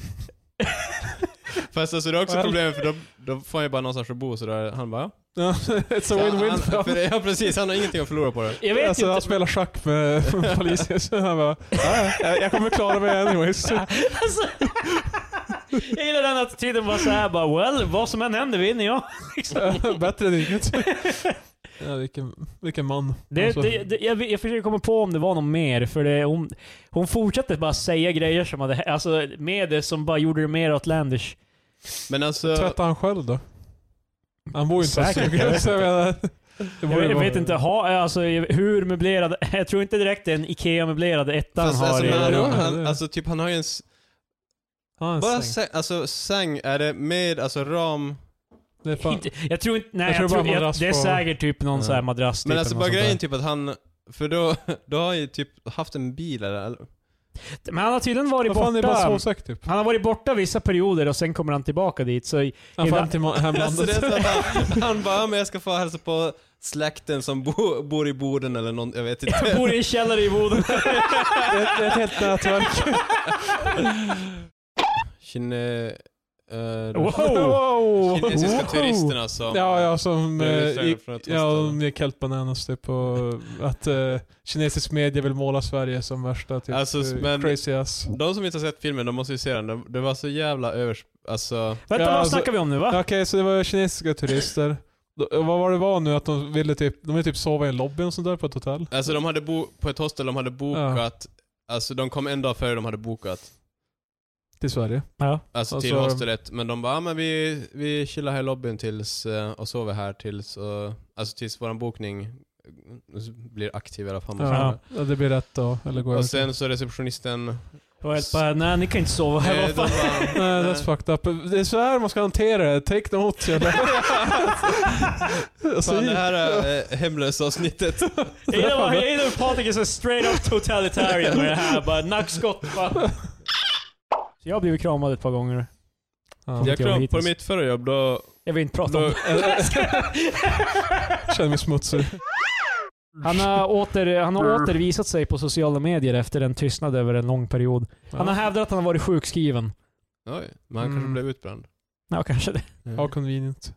Fast alltså det är också problem, för då får han ju bara någonstans att bo, så där han bara... Ja, it's a win-win. Ja, precis. Han har ingenting att förlora på det. Jag vet inte. Han spelar schack med polisen, så han bara, jag kommer klara mig anyways. Alltså, jag gillar den attityden bara så här, bara, vad som än händer vinner jag. Bättre än inget. Ja, vilken man. Jag försöker komma på om det var något mer, för hon fortsatte bara säga grejer som hade, alltså med det som bara gjorde det mer outlandish. Men alltså... Tvättar han själv då? Han bor ju inte säkert. Jag vet inte, alltså hur möblerad, jag tror inte direkt det är en Ikea-möblerad etta han har. Alltså typ han har ju en bara säng. Alltså säng, är det med alltså ram? Jag tror inte, nej, jag tror det är säkert typ någon så här madrass. Men alltså bara grejen typ att han, för då har han ju typ haft en bil eller? Men han har tydligen varit borta. Typ. Han har varit borta vissa perioder och sen kommer han tillbaka dit. Så han får till hemlandet. Han bara, men jag ska få hälsa på släkten som bor i Boden eller någon, jag vet inte. Jag bor i en källare i Boden. Det är ett helt nätverk. Kinesiska turisterna som... Ja, som gick helt bananas typ, och att kinesisk media vill måla Sverige som värsta typ, alltså, crazy ass. De som inte har sett filmen, de måste ju se den. Det var så jävla alltså... Vänta, vad snackar vi om nu, va? Okej, så det var kinesiska turister. Vad var det nu? Att de ville typ sova i en lobby och sånt där på ett hotell? Alltså de hade på ett hostel, de hade bokat... Alltså de kom en dag före de hade bokat. Till Sverige? Ja. Alltså till hostelet. Men de bara, men vi chillar här i lobbyn tills och sover här tills våran bokning blir aktiv i alla fall. Ja, det blir rätt då. Eller går och sen så receptionisten... nej, ni kan inte sova här. Nej, that's fucked up. Det är så här man ska hantera det. Take notes. Fan, det här är hemlösa avsnittet. Jag gillar Patrik är så straight up totalitarian med det här. Bara nackskott. Bara. Jag har blivit kramad ett par gånger. Jag kram på mitt förra jobb då... Jag vill inte prata om det. Känner mig smutsig. Han har återvisat sig på sociala medier efter en tystnad över en lång period. Han har hävdat att han har varit sjukskriven. Oj, men han kanske blev utbränd. Ja, kanske det. Ja, convenient.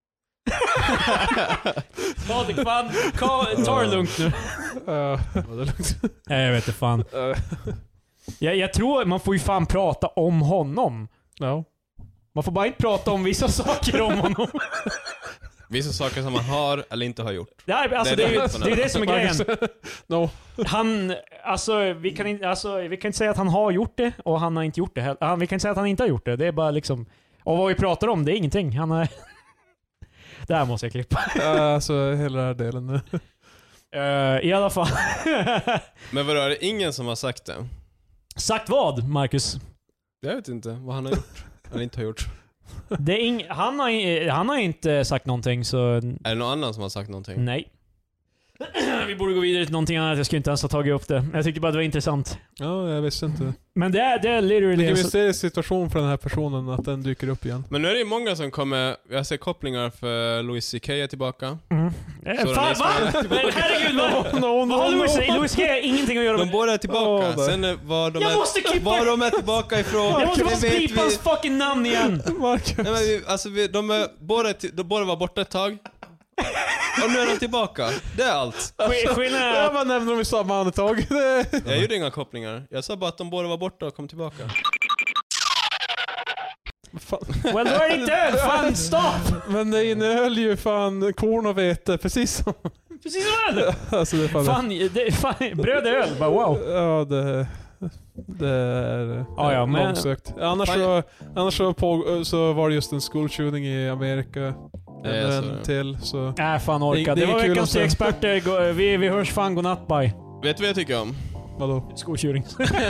Patrik, fan, ta det lugnt nu. Var det lugnt? Nej, jag vet inte fan. Jag tror man får ju fan prata om honom. Ja. Man får bara inte prata om vissa saker om honom. Vissa saker som man har eller inte har gjort. Det är det som är grejen. No. Vi kan inte säga att han har gjort det och han har inte gjort det. Vi kan inte säga att han inte har gjort det. Det är bara liksom... Och vad vi pratar om, det är ingenting. Han är... Det här måste jag klippa. Alltså hela den här delen nu. I alla fall. Men vadå, är det ingen som har sagt det? Sagt vad, Marcus? Jag vet inte vad han har gjort. Eller inte har gjort. Det är han har inte sagt någonting, så... Är det någon annan som har sagt någonting? Nej. Vi borde gå vidare till någonting annat. Jag skulle inte ens ha tagit upp det. Jag tyckte bara det var intressant. Ja, jag visste inte. Men det är literally... Vilken mysterisk situation för den här personen att den dyker upp igen. Men nu är det många som kommer... Jag ser kopplingar för Louis CK är tillbaka. Fan, va? Men herregud, vad Louis CK har ingenting att göra med... De båda är tillbaka. Sen var de är tillbaka ifrån... Jag måste bara skriva hans fucking namn igen. Nej, men båda var borta ett tag. Och nu är de tillbaka. Det är allt. Jag bara nämnde dem i samma andetag. Jag gjorde inga kopplingar. Jag sa bara att de båda var borta och kom tillbaka. Well, då är det inte öl. Fan, stopp! Men det innehöll ju fan korn och vete. Precis som öl. Alltså det är fan, bröd och öl. Bara wow. Ja, det är långsökt. Annars så var det just en school shooting i Amerika. Så. Fan orka. Det var veckans experter. Vi hörs fan, godnatt, bye. Vet du vad jag tycker om? Vadå? Skoltjuring.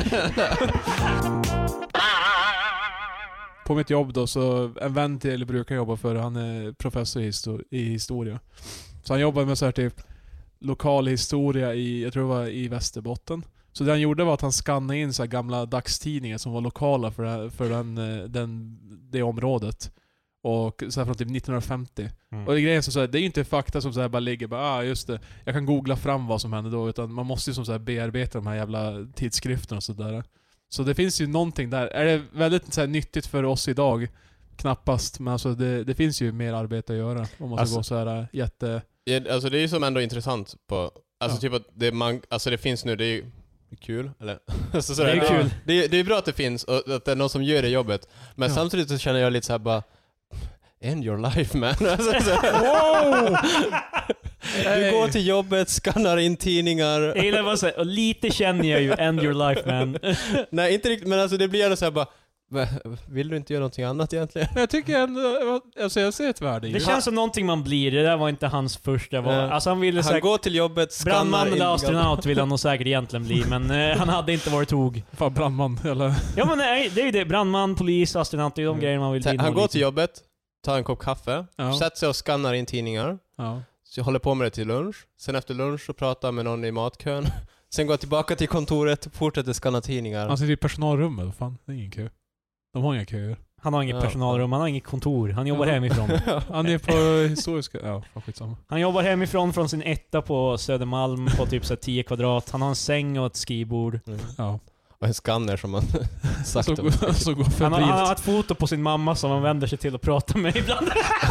På mitt jobb då, så en vän till brukar jobba för, han är professor i historia. Så han jobbar med så här typ lokal historia jag tror det var i Västerbotten. Så det han gjorde var att han skannade in så här gamla dagstidningar som var lokala för det området. Och så här från typ 1950. Och det grejen så här, det är ju inte fakta som så här bara ligger bara, just det, jag kan googla fram vad som hände då, utan man måste ju som så här bearbeta de här jävla tidskrifterna och sådär. Så det finns ju någonting där. Är det väldigt så här nyttigt för oss idag? Knappast, men alltså det finns ju mer arbete att göra om man ska gå så här jätte... Ja, alltså det är ju som ändå intressant på... Alltså typ att det finns nu, det är ju kul, eller? Alltså så det är kul. Det är bra att det finns och att det är någon som gör det jobbet. Men samtidigt så känner jag lite så här bara... End your life, man. Alltså, wow! Du går till jobbet, skannar in tidningar. Jag gillar vad säger, och lite känner jag ju end your life, man. Nej, inte riktigt, men alltså det blir ändå så här bara... Vill du inte göra någonting annat egentligen? Jag tycker ändå, alltså jag ser ett värde i det. Känns som någonting man blir. Det där var inte hans första val. Alltså han ville han går till jobbet, brandman eller astronaut vill han nog säkert egentligen bli, men han hade inte varit tog. Fan, brandman eller? Ja, men nej, det är ju det. Brandman, polis, astronaut, det är de grejer man vill bli. Han går till jobbet, tar en kopp kaffe, sätter sig och skannar in tidningar. Så jag håller på med det till lunch. Sen efter lunch så pratar jag med någon i matkön. Sen går jag tillbaka till kontoret och fortsätter skanna tidningar. Han sitter i personalrummet, fan, det är ingen kö. De har inga köer. Han har inget personalrum, han har inget kontor. Han jobbar hemifrån. Han är på historiska... Ja, skitsamma. Han jobbar hemifrån från sin etta på Södermalm på typ så 10 kvadrat. Han har en säng och ett skrivbord. Ja. Och en skanner som han sagt. Så går han har ett foto på sin mamma som han vänder sig till och pratar med ibland.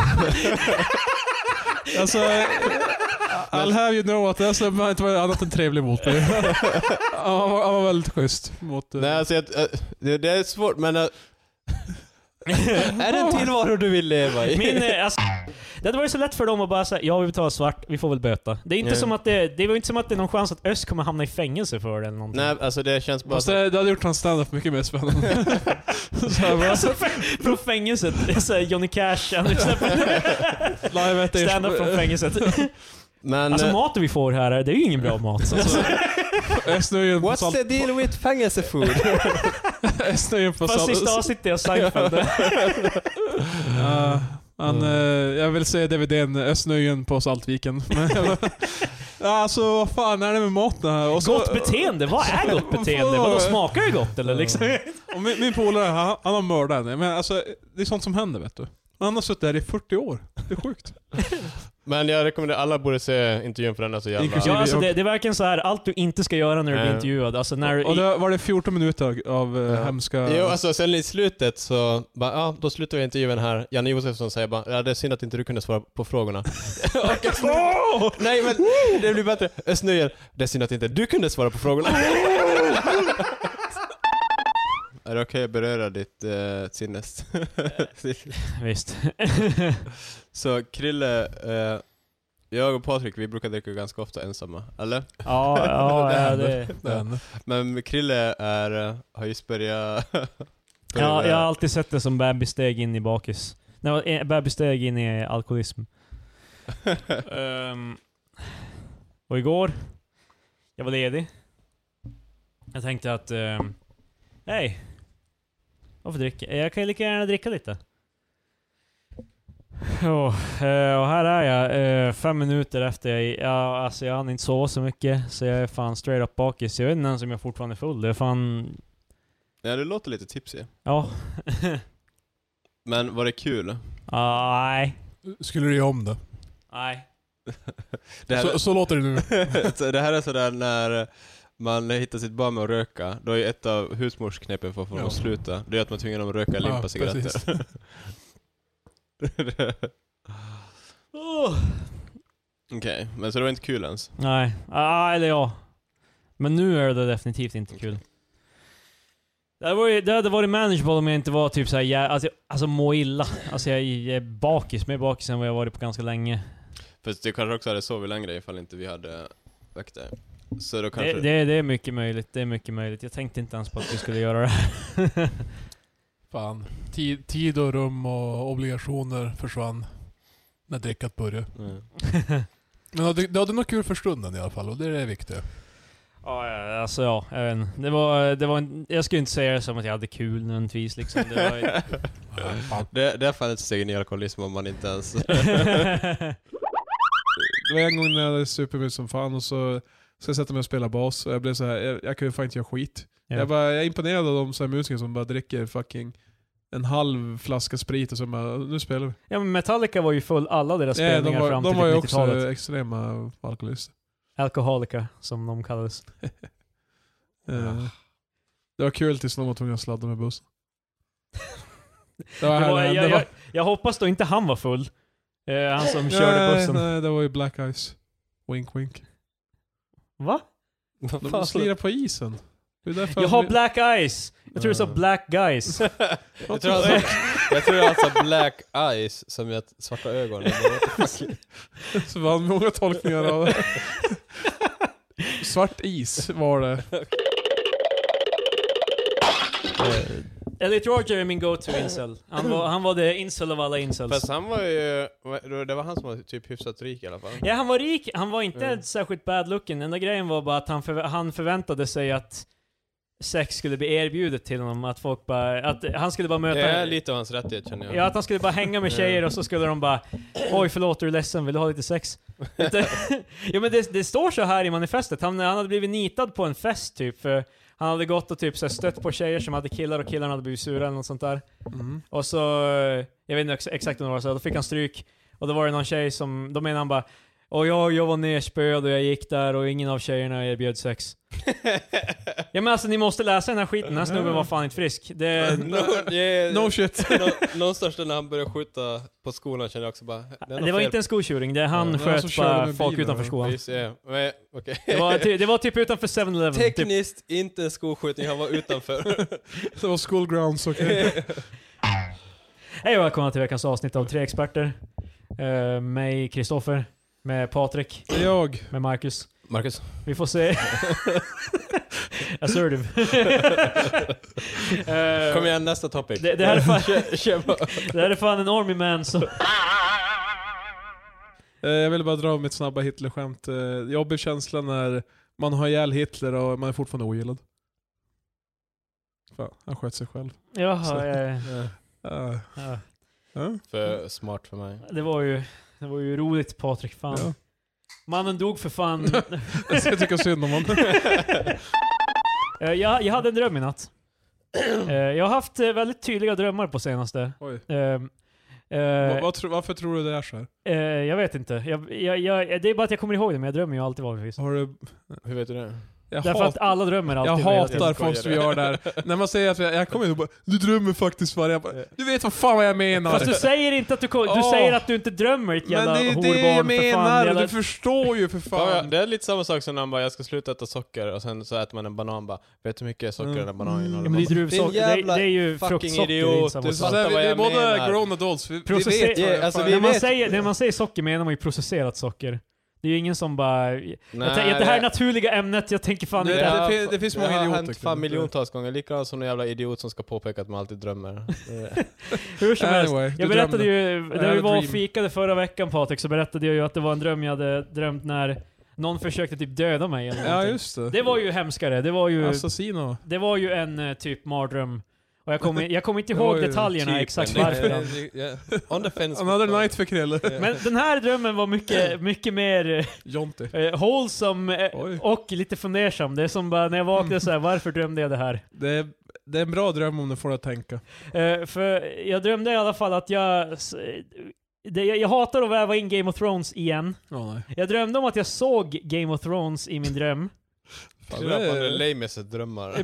Alltså... I'll have you know att det är inte var annat än trevlig mot mig. Han var väldigt schysst mot... Nej, alltså det är svårt, men... är det en tillvaro du vill leva i? Alltså, det hade varit så lätt för dem att bara säga, ja vi vill ta svart, vi får väl böta. Det är inte som att det var inte som att det är någon chans att Öst kommer hamna i fängelse för det eller någonting. Nej, alltså det känns bara... det hade gjort hans stand-up mycket mer spännande. Alltså, från fängelset, så Johnny Cash stand-up från fängelset. Men, alltså maten vi får här, det är ju ingen bra mat. What's the deal with fängelsefood? Fast sista avsnittet är Seinfeld. Jag vill säga DVD:n Östnöjen på Saltviken. Alltså vad fan är det med maten här? Och så, gott beteende? Vad är gott beteende? Vadå, smakar det gott eller liksom? Och min polare, han har mördat henne. Men alltså, det är sånt som händer, vet du. Han har suttit där i 40 år. Det är sjukt. Men jag rekommenderar alla borde se intervjun för den är så jävla... Ja, alltså det är verkligen så här, allt du inte ska göra när du blir intervjuad. Alltså när och det var det 14 minuter av hemska... Jo, alltså sen i slutet så bara, då slutar vi intervjun här. Janne Josefsson säger bara, det är synd att inte du kunde svara på frågorna. Nej, men det blir bättre. Östnöjen, det är synd att inte du kunde svara på frågorna. Är det okej att beröra ditt sinnes? Visst. Så Krille, jag och Patrik, vi brukar dricka ganska ofta ensamma, eller? Ja, det. Men Krille har ju börjat... Jag har alltid sett det som bebissteg in i bakis. Nej, bebissteg in i alkoholism. Och igår, jag var ledig. Jag tänkte att... hej, varför dricka? Jag kan ju lika gärna dricka lite. Och här är jag 5 minuter efter jag hann inte sova så mycket, så jag är fan straight up bakis. Jag vet inte ens om jag fortfarande är full. Det är fan... Ja, det låter lite tipsig. Ja. Men var det kul? Nej. Skulle du göra om det? Nej. Så låter det nu. Det här är sådär när man hittar sitt barn med att röka. Då är ett av husmorsknepen för att få dem att sluta. Det är att man tvingar dem att röka limpa cigaretter. Okej, men så det var inte kul ens? Nej, eller ja. Men nu är det definitivt inte kul. Det hade varit manageable om jag inte var typ såhär, alltså må illa. Alltså jag är bakis, mer bakis än vad jag varit på ganska länge. För det kanske också hade sovit längre ifall inte vi hade väckt det. Så då kanske... det är mycket möjligt, det är mycket möjligt. Jag tänkte inte ens på att vi skulle göra det här. Fan. Tid och rum och obligationer försvann när drickat började. Men du hade något kul för stunden i alla fall, och det är det viktiga. Ja, jag vet inte. Det var jag skulle inte säga det som att jag hade kul nödvändigtvis liksom. Det är fan ett steg i alkoholism om man inte ens... Det var en gång när jag hade supermycket som fan, och så Så jag sätter mig och spelar bas och jag blev så här, jag kan ju fan inte göra skit. Ja. Jag är imponerad av de så här musiker som bara dricker fucking en halv flaska sprit och så bara, nu spelar vi. Ja, men Metallica var ju full alla deras spelningar fram till de var ju 90-talet. också extrema alkoholister. Alkoholica, som de kallades. Det var kul tills de var tvungna att sladda med bussen. Jag hoppas då inte han var full. Han som körde bussen. Nej, det var ju Black Ice. Wink wink. Va? De slirar på isen. Jag har Black Ice. Jag tror det sa Black Guys. jag tror alltså Black Eyes som är svarta ögon. Så var det många tolkningar av det. Svart is var det. Elliot Rodger är min go-to incel. Han var det incel av alla incels. Fast han var ju... Det var han som var typ hyfsat rik i alla fall. Ja, han var rik. Han var inte särskilt bad looking. Den enda grejen var bara att han förväntade sig att sex skulle bli erbjudet till honom. Att folk bara... Att han skulle bara möta... Det är lite av hans rättighet, känner jag. Ja, att han skulle bara hänga med tjejer och så skulle de bara... Oj, förlåt, är du ledsen? Vill du ha lite sex? Ja, men det står så här i manifestet. Han hade blivit nitad på en fest typ. För han hade gått och typ så här, stött på tjejer som hade killar och killarna hade blivit sura eller något sånt där. Och så... Jag vet inte exakt vad det var, så då fick han stryk. Och då var det någon tjej som... Då menade han bara... Och jag var nerspöd och jag gick där och ingen av tjejerna erbjöd sex. Ja, men alltså ni måste läsa den här skiten. Den här snubben var fan inte frisk. No shit. Någonstans när han började skjuta på skolan kände jag också bara... Det var inte en skoltjuring. Han sköt bara folk utanför skolan. Det var typ utanför 7-Eleven. Tekniskt typ. Inte en skolskjutning, han var utanför. Det var school grounds, okej. Hej och välkomna till veckans avsnitt av 3 experter. Mig, Kristoffer. Med Patrik. Jag. Med Marcus. Vi får se. Assertive. Kom igen, nästa topic. Det här är fan en army man så. Jag ville bara dra av mitt snabba Hitler-skämt. Jobbig känsla när man har ihjäl Hitler och man är fortfarande ogillad. Fan, han sköt sig själv. Jaha, För smart för mig. Det var ju roligt, Patrik, fan. Ja. Mannen dog för fan. Jag tycker synd om honom. Jag hade en dröm i natt. Jag har haft väldigt tydliga drömmar på senaste. Oj. Varför tror du det är så här? Jag vet inte. Det är bara att jag kommer ihåg det, men jag drömmer ju alltid vanligtvis. Hur vet du det? Därför att alla drömmer alltid. Jag hatar folk som gör det här. När man säger att jag kommer ihåg, du drömmer faktiskt varje. Du vet vad fan vad jag menar. Fast du säger inte att du säger att du inte drömmer, ett jävla horbarn. Men det är det jag menar, du förstår ju för fan. Det är lite samma sak som när man bara, jag ska sluta äta socker och sen så äter man en banan bara, vet du hur mycket socker den här bananen innehåller? Men det är ju fruktsocker. Det är båda grown adults. När man säger socker menar man ju processerat socker. Det är ju ingen som bara... det här naturliga ämnet, jag tänker fan inte... Det finns många idioter. Det har hänt fan miljontals gånger. Likadant som en jävla idiot som ska påpeka att man alltid drömmer. Hur som helst. Jag berättade ju... När vi var och fikade förra veckan, Patrik, så berättade jag ju att det var en dröm jag hade drömt när någon försökte typ döda mig eller någonting. Ja, just det. Det var ju hemskare. Det var ju... Assassino. Det var ju en typ mardröm. Och jag kommer inte ihåg detaljerna exakt varför. Another night för Krille. Men den här drömmen var mycket mer wholesome och lite fundersam. Det är som bara när jag vaknade så här, varför drömde jag det här? Det är en bra dröm om du får det att tänka. För jag drömde i alla fall att jag hatar att väva in Game of Thrones igen. Nej. Jag drömde om att jag såg Game of Thrones i min dröm. Det är lamest drömmar.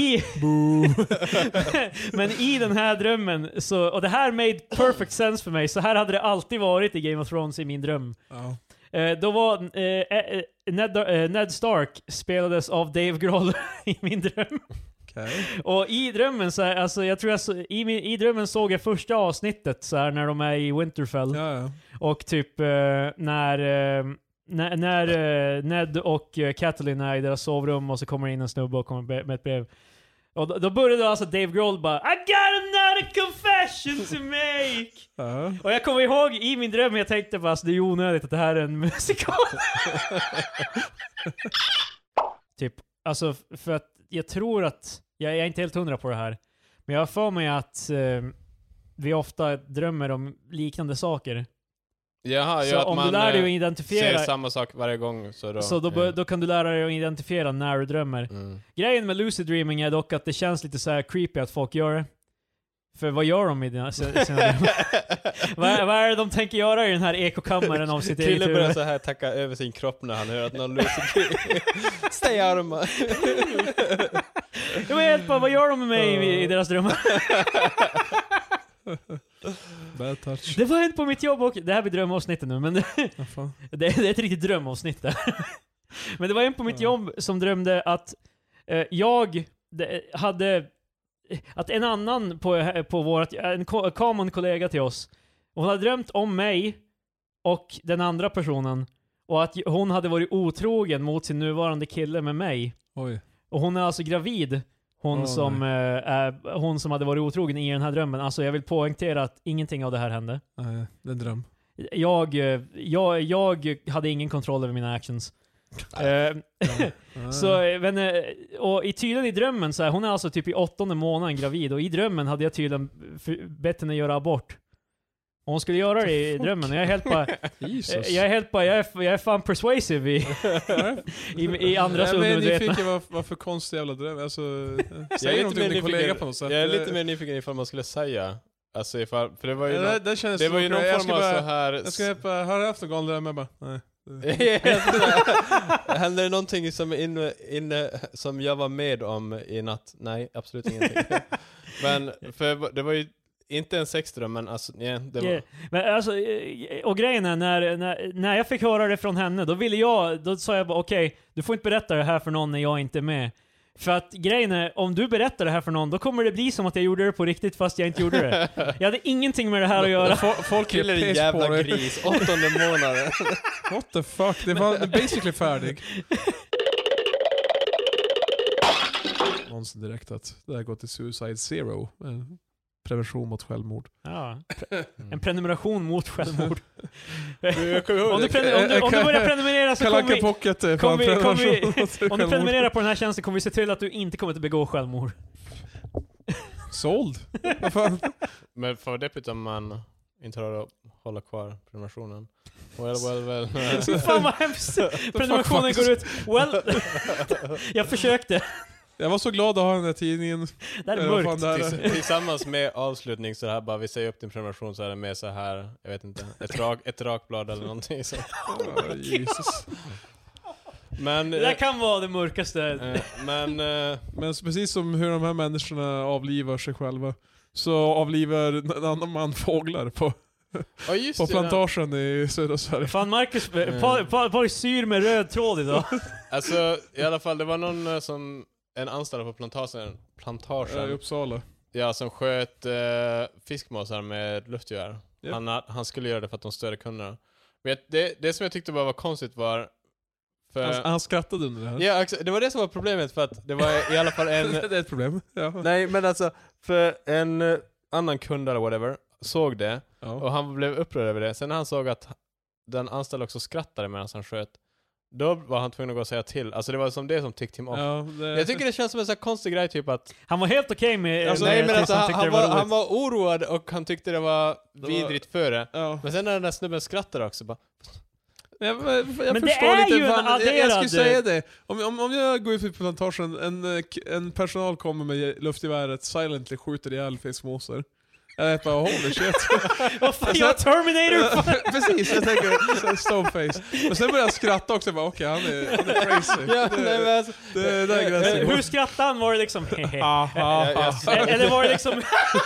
Men i den här drömmen så, och det här made perfect sense för mig, så här hade det alltid varit i Game of Thrones i min dröm. Då var Ned Stark spelades av Dave Grohl i min dröm. Okay. Och i drömmen så alltså jag tror i drömmen såg jag första avsnittet så här, när de är i Winterfell. Ja. Och typ när Ned och Catelyn är i deras sovrum och så kommer in en snubbe och kommer med ett brev. Och då började alltså Dave Grohl bara I got another confession to make! Och jag kommer ihåg i min dröm, jag tänkte bara alltså, det är onödigt att det här är en musikal. Typ, alltså för att jag tror att jag är inte helt 100 på det här, men jag har för mig att vi ofta drömmer om liknande saker. Jaha, så att om man du lär dig att identifiera ser samma sak varje gång så då kan du lära dig att identifiera när du drömmer. Grejen med lucid dreaming är dock att det känns lite så här creepy att folk gör det. För vad gör de i sina drömmar? vad är det de tänker göra i den här ekokammaren av sitt eget huvud? Kille börjar så här tacka över sin kropp när han hör att någon lucid dreaming. Stay out of my... Jag vet bara, vad gör de med mig i deras drömmar? Bad touch. Det var inte på mitt jobb och det här blir drömavsnittet nu, men det är ett riktigt drömavsnitt där. Men det var en på mitt jobb som drömde att att en annan på vårt, en common kollega till oss, hon hade drömt om mig och den andra personen och att hon hade varit otrogen mot sin nuvarande kille med mig. Oj. Och hon är alltså gravid. Hon som hade varit otrogen i den här drömmen. Alltså jag vill poängtera att ingenting av det här hände. Nej, det är en dröm. Jag hade ingen kontroll över mina actions. Så, och tydligen i drömmen så här, hon är alltså typ i 8:e månaden gravid, och i drömmen hade jag tydligen bett henne göra abort. Och hon skulle göra det i drömmen, och jag är helt bara jag är fan persuasive i andras undermedvetna. Vad för konstig jävla dröm. Alltså, säger någonting om din kollega på något sätt. Jag är lite mer nyfiken ifall man skulle säga. Alltså ifall, för det var ju det var ju någon form av så här. Jag ska har du haft en galen dröm? Jag bara, nej. Händer det någonting som som jag var med om i natt? Nej, absolut ingenting. Men för det var ju inte en sexdröm, men alltså, det var... Men alltså, och grejen är när jag fick höra det från henne, då sa jag bara okej, du får inte berätta det här för någon när jag inte är med. För att grejen är, om du berättar det här för någon, då kommer det bli som att jag gjorde det på riktigt fast jag inte gjorde det. Jag hade ingenting med det här att göra. Folk gillar en jävla gris, 8:e månaden. What the fuck, det var basically färdig. Någonsin direkt att det här går till Suicide Zero. Prevention mot självmord. Ja, en prenumeration mot självmord. Om du börjar prenumerera så kommer om du prenumererar på den här tjänsten kommer vi se till att du inte kommer att begå självmord. Såld? Vad fan? Men för det om man inte har att hålla kvar prenumerationen. Well. Fan vad hemskt. Prenumerationen går ut. Jag försökte. Jag var så glad att ha den här tidningen. Det är mörkt. Tillsammans med avslutning så här bara, vi säger upp din prenumeration så är det med så här, jag vet inte, ett rakblad eller någonting så. Jesus. Men det där kan vara det mörkaste. Men precis som hur de här människorna avlivar sig själva, så avlivar en annan man fåglar på plantagen i södra Sverige. Fan, Marcus var syr med röd tråd idag. Alltså i alla fall, det var någon en anställd på plantagen i Uppsala. Ja, som sköt fiskmåsar med luftgevär. Yep. Han skulle göra det för att de större kunderna. Men det som jag tyckte bara var konstigt var han skrattade under det här. Ja, det var det som var problemet, för att det var i alla fall en... Det är ett problem. Ja. Nej, men alltså för en annan kund eller whatever såg det, och han blev upprörd över det. Sen när han såg att den anställde också skrattade medan han sköt, då var han tvungen att gå och säga till. Alltså det var som det som ticked him off. Ja, jag tycker det känns som en sån här konstig grej, typ att... Han var helt okej med... Alltså, nej, men alltså, han var oroad och han tyckte det var vidrigt för det. Ja. Men sen när den där snubben skrattade också, bara... Jag men förstår det är lite ju en adderad... Jag skulle säga det. Om jag går ut på plantagen, en personal kommer med luftgeväret, silently skjuter ihjäl fiskmåsar. Jag är bara, holy shit. Vad fan, jag Terminator! Precis, jag tänker stoneface. Men sen börjar jag skratta också, bara okej, han är crazy. Ja, det är gränsen. Hur skrattade han? Var det liksom... Eller var det liksom...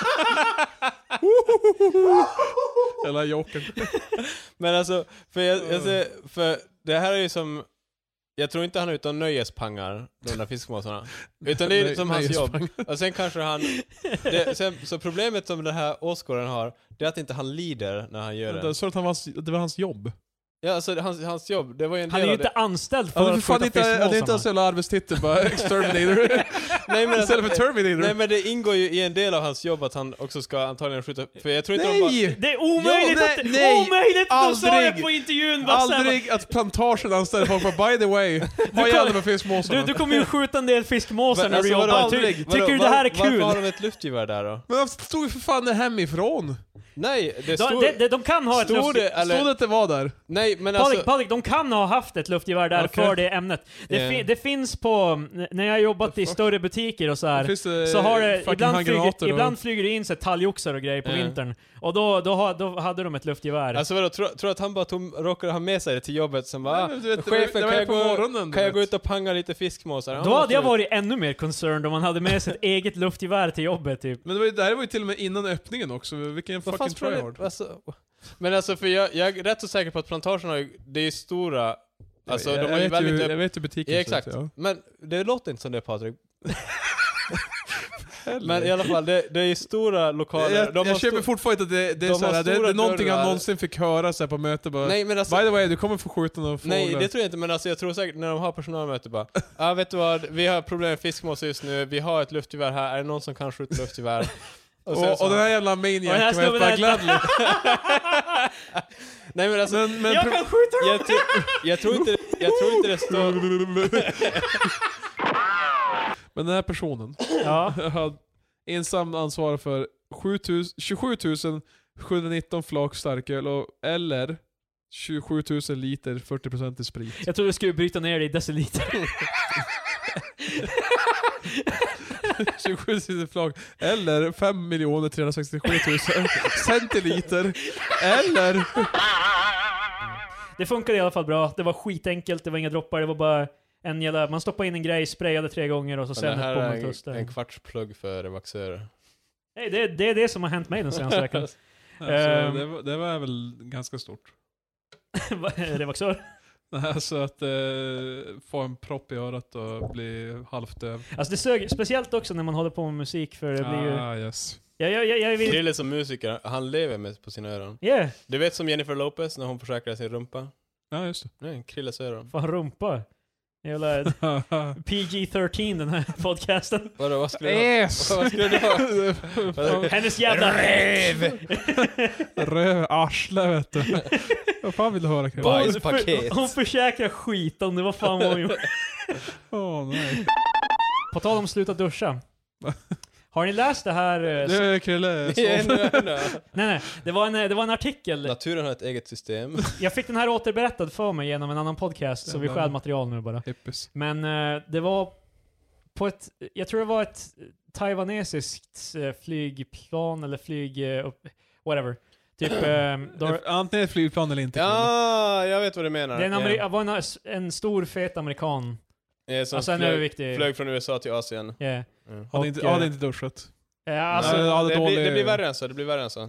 Eller jokern. Men alltså, för det här är ju som... Jag tror inte han är utan nöjespangar, de där fiskmåsarna. Utan det är som hans jobb. Och sen kanske han... Så problemet som den här åskådaren har, det är att inte han lider när han gör det. Så att det var hans jobb. Ja, alltså hans jobb, det var ju en han del är ju inte anställd för att skjuta fiskmåsarna. Det är inte ens jävla arbetstitel, bara exterminator. Nej, men istället för Terminator. Nej, men det ingår ju i en del av hans jobb att han också ska antagligen skjuta... För jag tror inte det är omöjligt omöjligt att de sa det på intervjun. Aldrig att plantagen anställer folk för, by the way, vad gäller med fiskmåsarna? Du kommer ju skjuta en del fiskmåsar när du jobbar. Tycker du det här är kul? Varför har de ett luftgevär där då? Men de stod ju för fan hemifrån. Nej, det de kan ha ett Stod det att det var där? Nej, men Patrik, de kan ha haft ett luftgevär där för det ämnet. Det finns på... När jag har jobbat i större butiker och så här, så har det... Ibland flyger det in sig talgoxar och grejer på vintern. Och då hade de ett luftgevär. Alltså vadå, tror att han bara råkade ha med sig det till jobbet som var chefen, kan jag gå ut och panga lite fiskmåsar? Då hade jag varit ännu mer concerned om man hade med sig ett eget luftgevär till jobbet typ. Men det var ju till och med innan öppningen också. Vilken fucking tryhard. Men alltså, för jag är rätt så säker på att plantagen har ju, det är stora... Alltså, jag vet ju butiken. Ja, exakt. Så, ja. Men det låter inte som det, Patrik. Men i alla fall, det är stora lokaler. Jag köper fortfarande att det är någonting han någonsin fick höra så här på möte bara. Nej, men alltså, by the way, du kommer få skjuta någon fåglar. Nej, det tror jag inte, men alltså, jag tror säkert när de har personalmöte bara vet du vad, vi har problem med fiskmås just nu, vi har ett luftgevär här, är det någon som kan skjuta luftgevär? Och den här jävla maniac var bara gladly. Nej men alltså, men jag kan skjuta jag tror inte det står. Men den här personen hade ensam ansvar för 27 719 flak starköl eller 27 000 liter 40% i sprit. Jag tror du skulle bryta ner det i deciliter. 27 000 flak eller 5 367 000 centiliter eller... Det funkade i alla fall bra. Det var skitenkelt, det var inga droppar, det var bara man stoppade in en grej, sprayade 3 gånger och så sen ett bomullstuss. En kvartsplugg för revaxörer. Nej, det är det som har hänt mig den senaste veckan. Alltså, det var väl ganska stort. Revaxör? Alltså att få en propp i örat och bli halvt döv. Alltså det sög speciellt också när man håller på med musik, för det blir ju... Yes. Jag vill... Krille som musiker, han lever med på sina öron. Yeah. Du vet som Jennifer Lopez när hon försäkrar sin rumpa? Ja, just det. Nej, Krilles öron. Fan, rumpa? Jävla PG-13 den här podcasten. Vadå, vad skulle det vara? Hennes jävla röv! Röv, arsle vet du. Vad fan vill du höra? Bajspaket. Hon försäkrar skit om det, vad fan var hon gjort. Nej. På tal om sluta duscha. Har ni läst det här? Det är Krille. Nej. Det var en artikel. Naturen har ett eget system. Jag fick den här återberättad för mig genom en annan podcast, så vi stjäl material nu bara. Hippis. Men det var på jag tror det var ett taiwanesiskt flygplan eller whatever. Typ antingen ett flygplan eller inte. Ja, jag vet vad du menar. Det var en stor fet amerikan. Som alltså flög från USA till Asien. Yeah. Hade inte duschat. Alltså, det blir värre än så.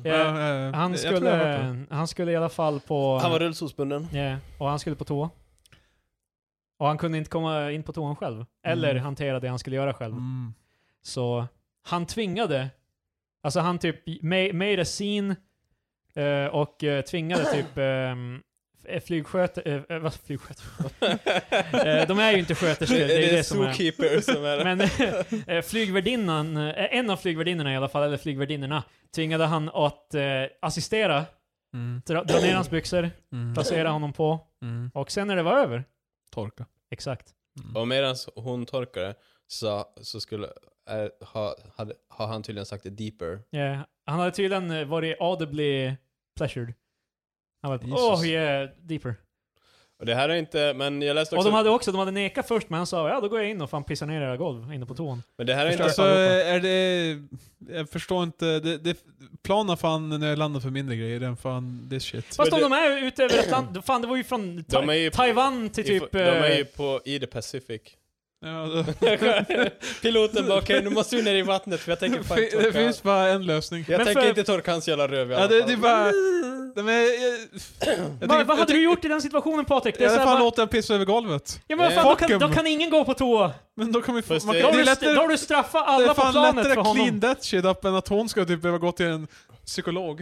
Han skulle i alla fall på... Han var rullstolsbunden. Och han skulle på toa. Och han kunde inte komma in på toan själv. Eller hantera det han skulle göra själv. Så han tvingade... Alltså han typ made a scene och tvingade typ... flygsköterskor. De är ju inte sköterskor, det är det som är. Som är. Men flygvärdinnan, en av flygvärdinnorna i alla fall, eller flygvärdinnorna, tvingade han att assistera, dra ner hans byxor, placera honom på, och sen när det var över, torka. Exakt. Och medan hon torkade så skulle har han tydligen sagt det deeper. Han hade tydligen varit audibly pleasured. Han bara, deeper. Och det här är inte, men jag läste också... Och de hade nekat först, men han sa, då går jag in och fan pissar ner era golv inne på toan. Men det här är inte... Alltså, jag förstår inte, planen fan när jag landar för mindre grejer än fan this shit. Fast om de är ute över ett land, fan det var ju från Taiwan till typ... De är ju i the Pacific. Ja, piloten bara, okej, nu måste vi ner i vattnet för jag tänker fan torka. Det finns bara en lösning. Jag tänker inte torka hans jävla röv i alla fall. Det är bara... Vad hade du gjort i den situationen, Patrik? Jag hade fan låtit den pissa över golvet. Ja men fan, då kan ingen gå på toa. Men då kan vi då har du straffat alla på planet för honom. Det är fan lättare clean that shit up än att hon ska typ behöva gå till en psykolog.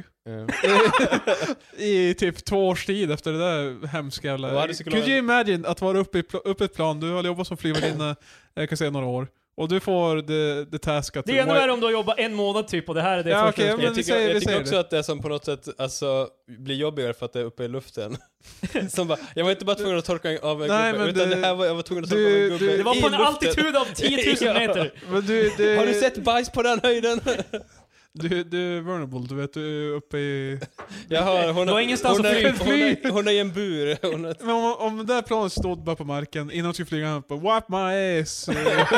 I typ 2 års tid efter det där hemska jävla... Could you imagine att vara uppe ett plan, du har jobbat som flygvärdinna, jag kan säga några år. Och du får det task att... Det är ännu värre om du har jobbat 1 månad typ, och det här är det första jag tycker också att det är som på något sätt alltså, blir jobbigare för att det är uppe i luften. Som bara, jag var inte bara tvungen att torka av en gubbe, utan jag var tvungen att torka av en gubbe. Det var på en altitud av 10 000 meter. Men har du sett bajs på den höjden? Du är vulnerable, du vet, du är uppe i... Hon har ingenstans att fly. Hon är i en bur. Men om det där planet stod bara på marken, innan hon skulle flyga upp, wipe my ass.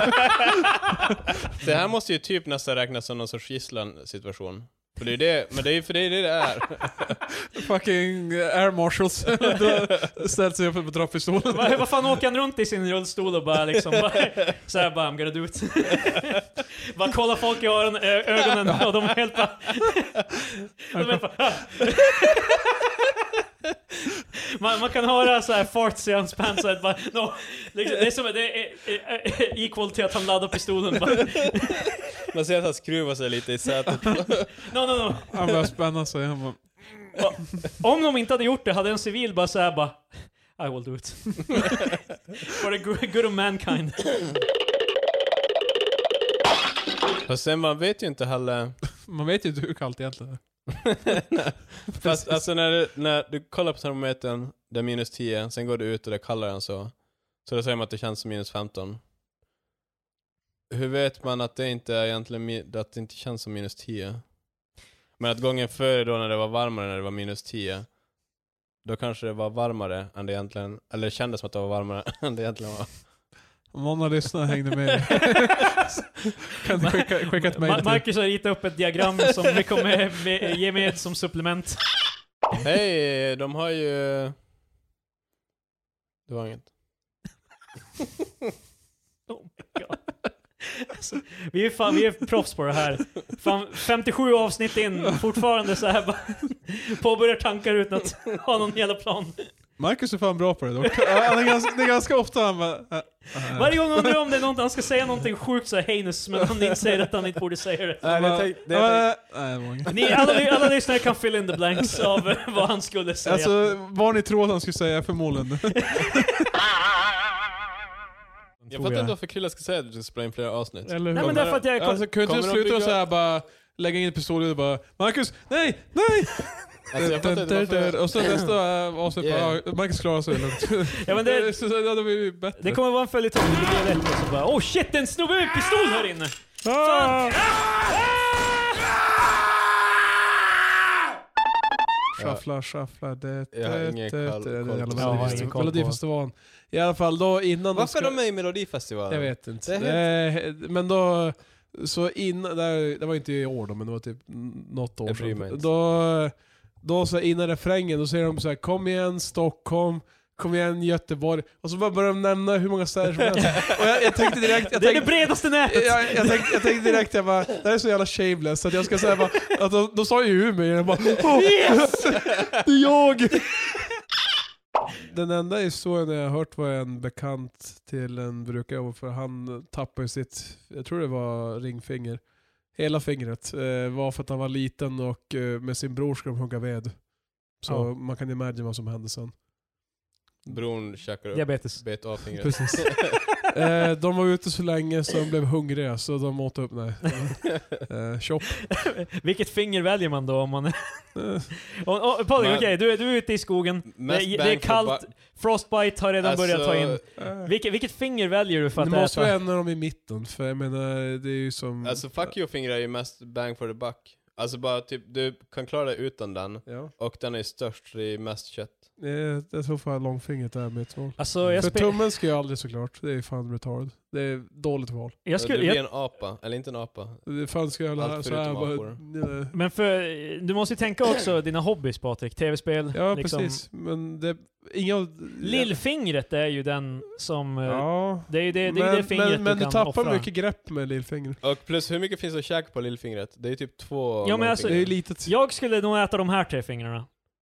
Det här måste ju typ nästan räknas som någon sorts gisslan-situation. För det är det, men det är för det är. Fucking air marshals. Ställt sig upp på drapistolen. Vad fan åker han runt i sin rullstol och bara liksom såhär bara, I'm gonna do it. Bara kolla folk i ögonen och de är helt bara... Man kan höra så här farts i hans pants så bara, no. Liksom, det är som det är equal till att han laddar pistolen bara. Man ser att han skruvar sig lite i sätet. No. Han börjar spänna sig. Han bara... Om de inte hade gjort det hade en civil bara så här bara, I will do it. For the good of mankind. Och sen man vet ju inte heller. Man vet ju inte hur kallt det egentligen är. Fast alltså när du kollar på termometern, det är minus 10, sen går du ut och det är kallare än så då säger man att det känns som minus 15. Hur vet man att det inte är egentligen att det inte känns som minus 10? Men att gången före då när det var varmare, när det var minus 10, då kanske det var varmare än det egentligen, eller det kändes som att det var varmare än det egentligen var. Om någon har lyssnat hängde med. Kan du skicka ett mejl till. Marcus har ritat upp ett diagram som vi kommer ge med som supplement. Hej, de har ju... Det var inget. Oh my god. Alltså, vi är proffs på det här. Fan, 57 avsnitt in, fortfarande så här bara påbörjar tankar utan att ha någon jävla plan. Marcus är fan bra på det dock. Det är ganska ofta han bara... Varje gång undrar om det är någonting, han ska säga någonting sjukt så här heinous, men han inte säger att han inte borde säga det. Alla lyssnare kan fill in the blanks av vad han skulle säga. Alltså, vad ni tror att han skulle säga förmodligen. Jag fattar inte varför Krilla ska säga att du ska spela in flera avsnitt. Eller nej, men därför att jag... Alltså, kunde du sluta och säga bara... Lägga in ett pistol och bara... Marcus, nej! Alltså, jag fattar inte varför... Och så nästa avsnitt bara... Marcus klarar sig lugnt. Ja, men det kommer vara en följetong. Det blir lätt och så bara... Oh shit, en snubbe med pistol här inne! Fan! Shuffla. Jag har ingen koll. Melodifestivalen. I alla fall då innan... Varför är de med i Melodifestivalen? Jag vet inte. Men då... Så innan... Det var inte i år då, men det var typ något år sedan. Då så innan refrängen, då säger de så här: kom igen Stockholm, kom igen Göteborg. Och så bara börjar de nämna hur många städer som helst. Och jag tänkte direkt... Det är det bredaste nätet! Jag tänkte direkt, jag bara... Det här är så jävla shameless, så att jag ska säga bara... Att då sa ju Umeå, jag bara... Yes! Det är jag! Den enda historien jag har hört var en bekant till en brukare, för han tappade sitt... Jag tror det var ringfinger. Hela fingret var för att han var liten och med sin bror ska de hugga ved. Så man kan imagine vad som hände sen. Bron käkade upp. Diabetes. Bet av fingret. Precis. De var ute så länge så de blev hungriga, så de åt upp. Chop. Vilket finger väljer man då om man... Patrik, okej, du är ute i skogen. Det är kallt. Frostbite har redan börjat ta in. Vilket finger väljer du för att äta? Det måste vara en av dem i mitten, för jag menar, det är ju som... Alltså fuck you-fingrar är ju mest bang for the buck. Alltså bara typ, du kan klara dig utan den. Ja. Och den är störst i mest kött. Jag tror fan långfingret är mitt val. Alltså, för tummen ska jag aldrig såklart. Det är fan retard. Det är dåligt val. Du blir en apa, eller inte en apa. Det fan ska jag allt förutom apor. Men för, du måste ju tänka också dina hobbies, Patrik. TV-spel. Ja, liksom. Precis. Men det... Lillfingret är ju den som... Ja. Det är det fingret men du tappar offra. Mycket grepp med lillfingret. Och plus, hur mycket finns det att käka på lillfingret? Det är typ 2... Ja, men alltså, det är litet. Jag skulle nog äta de här 3 fingrarna.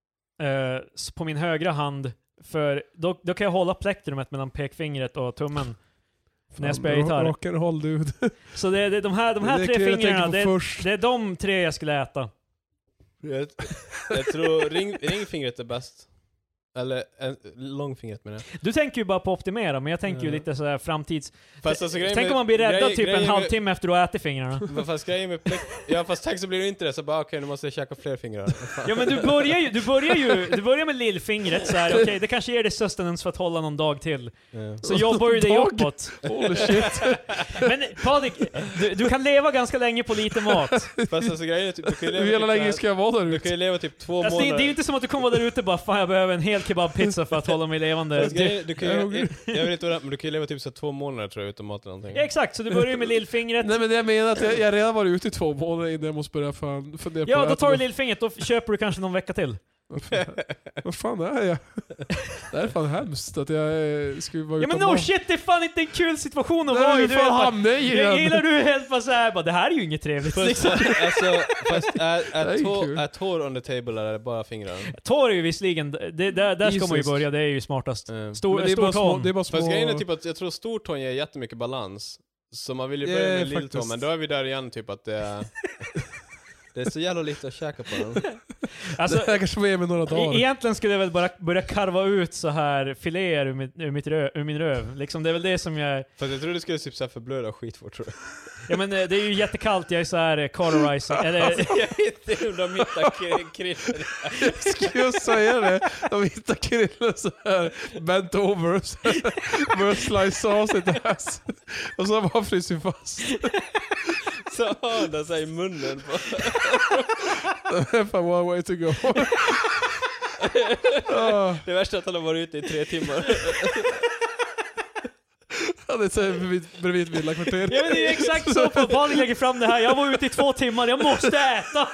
På min högra hand. För då kan jag hålla plektrumet mellan pekfingret och tummen. När jag spelar gitarr. Rock'n'roll, dude. Så det är de här 3 fingrarna. Det är de 3 jag skulle äta. Jag tror ringfingret är bäst. Eller långfingret menar jag. Du tänker ju bara på optimera, men jag tänker ju lite så här framtids... Fast alltså, tänk om man blir räddad typ en halvtimme efter att ha ätit fingrarna. Fast grejen med fast tänk så blir det inte det, så bara okej, nu måste jag käka fler fingrar. Ja, men du börjar med lillfingret så här. Okej, det kanske ger dig sustenance för att hålla någon dag till. Så jobbar ju dig uppåt. Holy shit. Men Patrik, du kan leva ganska länge på lite mat. Fast alltså grejen är typ, du kan ju Hur länge ska jag vara där ute? Du kan ju leva typ 2 alltså, månader. det är ju inte som att du kommer vara där ute bara fan jag behöver en hel kebabpizza för att hålla mig levande. Du kan ju, jag vet inte, men du kan ju leva typ så 2 månader tror jag utan mat eller någonting. Ja, exakt, så du börjar med lillfingret. Nej men jag menar att jag redan varit ute i 2 månader innan jag måste börja fundera på. Ja, då tar du lillfingret, då köper du kanske någon vecka till. Vad fan är jag? Det är fan hemskt att jag skulle vara Ja men utan no mat. shit, det är fan inte en kul situation att Nej, vara i. hur fan hamnar i Jag den? gillar du helt bara såhär, bara det här är ju inget trevligt liksom. Fast kul. är tår on the table eller är det bara fingrar? Tår är ju visserligen, där ska man ju börja, det är ju smartast. Men det är Stor bara små, tån. det är bara små. Fast grejen är typ att jag tror stortån ger jättemycket balans. Så man vill ju börja med lilltån, faktiskt. men då är vi där igen typ att det är... Det är så jävla lite att käka på den. Alltså, det här kanske var med några dagar. egentligen skulle jag väl bara börja karva ut så här filéer ur min röv. Liksom, det är väl det som jag... Fast jag tror det skulle typ så här förblöda skit för, tror jag. Ja men det är ju jättekallt, jag är så här cauterizing. Eller... Jag vet inte om de hittar kriller. Skulle jag säga det? De hittar krillen så här bent over så här, börjar slice av sig till häst. Och så bara fryser fast. Så har den sig i munnen på. Det är fan one way to go. Det värsta är att han har varit ute i 3 timmar. Han är så här bredvid villakvarteret. Ja men det är exakt så på Patrik lägger fram det här. Jag var ute i 2 timmar, jag måste äta!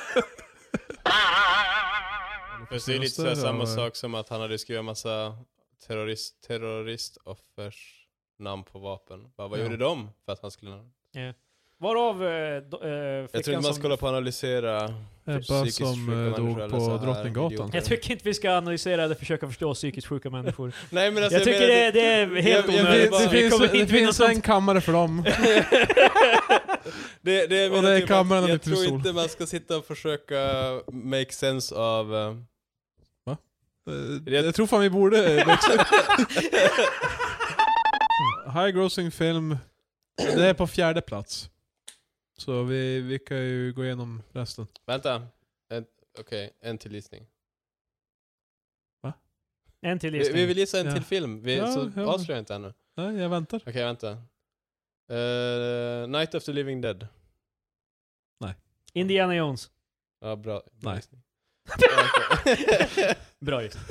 Det är lite så här samma sak som att han hade skrivit en massa terroristoffers namn på vapen. Vad gjorde de för att han skulle... Yeah. Varav jag tror inte man skulle på analysera Ebba som dog på Drottninggatan. Jag tycker inte vi ska analysera eller försöka förstå psykiskt sjuka människor. Nej, men alltså, jag tycker det är helt onödigt. Det finns en kammare för dem. det är kammaren jag tror inte man ska sitta och försöka make sense av... Va? Jag tror fan vi borde... High grossing film. Det är på 4:e plats. Så vi kan ju gå igenom resten. Vänta. Okej, en till listning. Va? En till listning. Vi vill gissa en till film. Så ja. avslöjar inte ännu. Nej, jag väntar. Okej, vänta. Night of the Living Dead. Nej. Indiana Jones. Ja, bra. Nej. Listning. Bra just.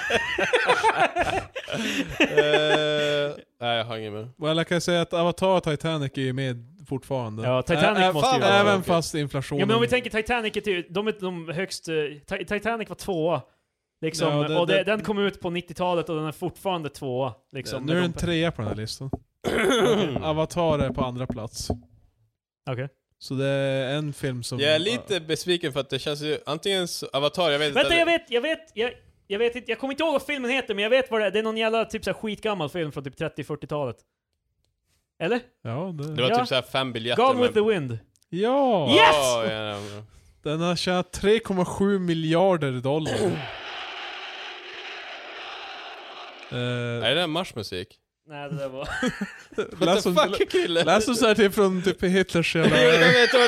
Nej, jag har ingen med. Well, jag kan säga att Avatar och Titanic är med fortfarande. Ja, Titanic måste ju vara. Även fast inflationen... Ja, men om vi tänker Titanic, de är de högst... Titanic var 2. Liksom, ja, och den kom ut på 90-talet och den är fortfarande 2. Liksom, nu är den 3 på den här listan. Avatar är på 2:a plats. Okej. Så det är en film som... Jag är lite besviken för att det känns ju... Antingen Avatar, jag vet inte... Vänta, jag vet inte, jag kommer inte ihåg vad filmen heter, men jag vet vad det är. Det är någon jävla typ så här skitgammal film från typ 30-40-talet. Eller? Ja, det var typ så här 5 biljetter. Gone with the Wind. Ja! Yes! Ja. Den har tjänat 3,7 miljarder dollar. Är det marschmusik? Nej, det där var... What the fuck, Krille? Läs oss här till från typ Hitlers jävla... Jag vet vad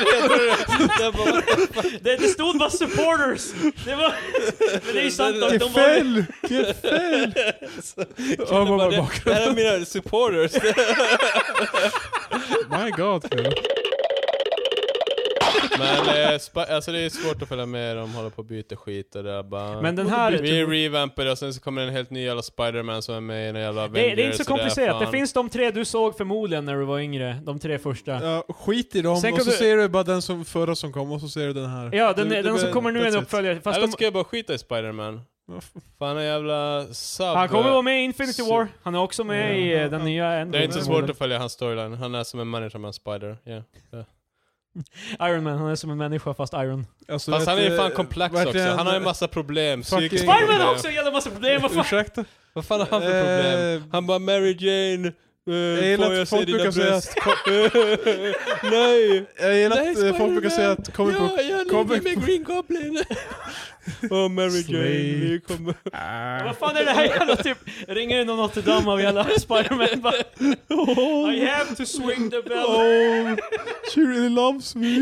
det det stod bara supporters! Det var... Men det är ju sant att de var... fel! Det här är mina supporters. My god, Krille. Men alltså det är svårt att följa med. De håller på att byta skit och det är bara... Men den här... Vi revampade och sen så kommer en helt ny jävla Spider-Man som är med i en jävla Avengers. Det är inte så komplicerat. Det finns de 3 du såg förmodligen när du var yngre. De 3 första. Ja, skit i dem. Sen och så ser du bara den som förra som kom och så ser du den här. Ja, den som kommer nu är en uppföljare. Eller ska jag bara skita i Spider-Man? Fan, en jävla sub. Han kommer vara med i Infinity War. Han är också med i den nya... Det är inte så svårt att följa hans storyline. Han är som en människa med en spider. Yeah. Iron Man, han är som en människa fast Iron. Alltså, fast han är ju fan komplex också. Han har ju en massa problem. Spider-Man har också en jävla massa problem. Ursäkta? Vad fan har han för problem? Han bara Mary Jane, Jag gillar att folk brukar säga att... Nej! Jag gillar att folk brukar säga att... Jag med Green Goblin! Mary Jane, vi kommer... Vad fan är det här jävla typ? Ringer in Notre Dame av jävla Spider-Man bara, I have to swing the bell. Oh, she really loves me.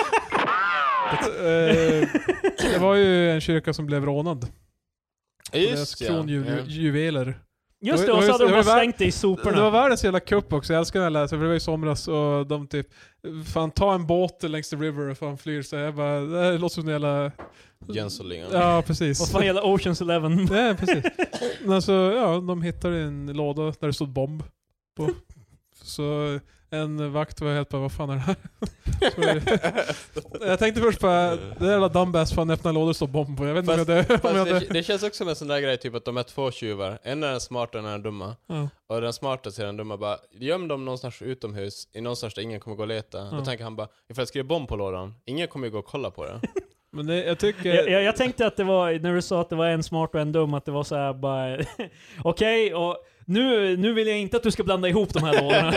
Det var ju en kyrka som blev rånad. Just kronjuveler. Just det, och så hade de bara slängt det i soporna. Det var världens jävla kupp också, jag älskar den här läsa, för det var i somras och de typ fan ta en båt längs the river och fan flyr, så jag bara, det låter som en jävla... Jönssonlingan. Ja, precis. Vad fan hela Ocean's 11. Ja, precis. Alltså, ja, de hittade en låda där det stod bomb på. Så en vakt var helt bara, vad fan är det här? Jag tänkte först på det är alla dumbass fan öppna lådor står bomb på. Jag vet inte om det känns också som en sån där grej typ att de är två tjuvar. En är den smarta och en är den dumma. Och den smarta säger den dumma bara, göm dem någonstans utomhus i någonstans där ingen kommer gå och leta. Då tänker han bara, ifall jag skriver bomb på lådan, ingen kommer ju gå och kolla på det. Men det, jag tycker... Jag tänkte att det var, när du sa att det var en smart och en dum, att det var så här bara okej, och nu vill jag inte att du ska blanda ihop de här lådorna.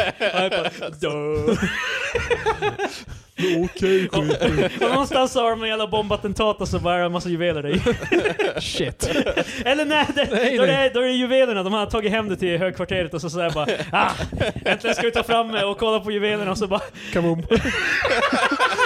Okej. Och någonstans har de en jävla bombattentat och så bara är det en massa juveler i. Shit. Eller nej, då är det juvelerna. De har tagit hem det till högkvarteret och så säger bara äntligen ska vi ta fram och kolla på juvelerna och så bara Kaboom.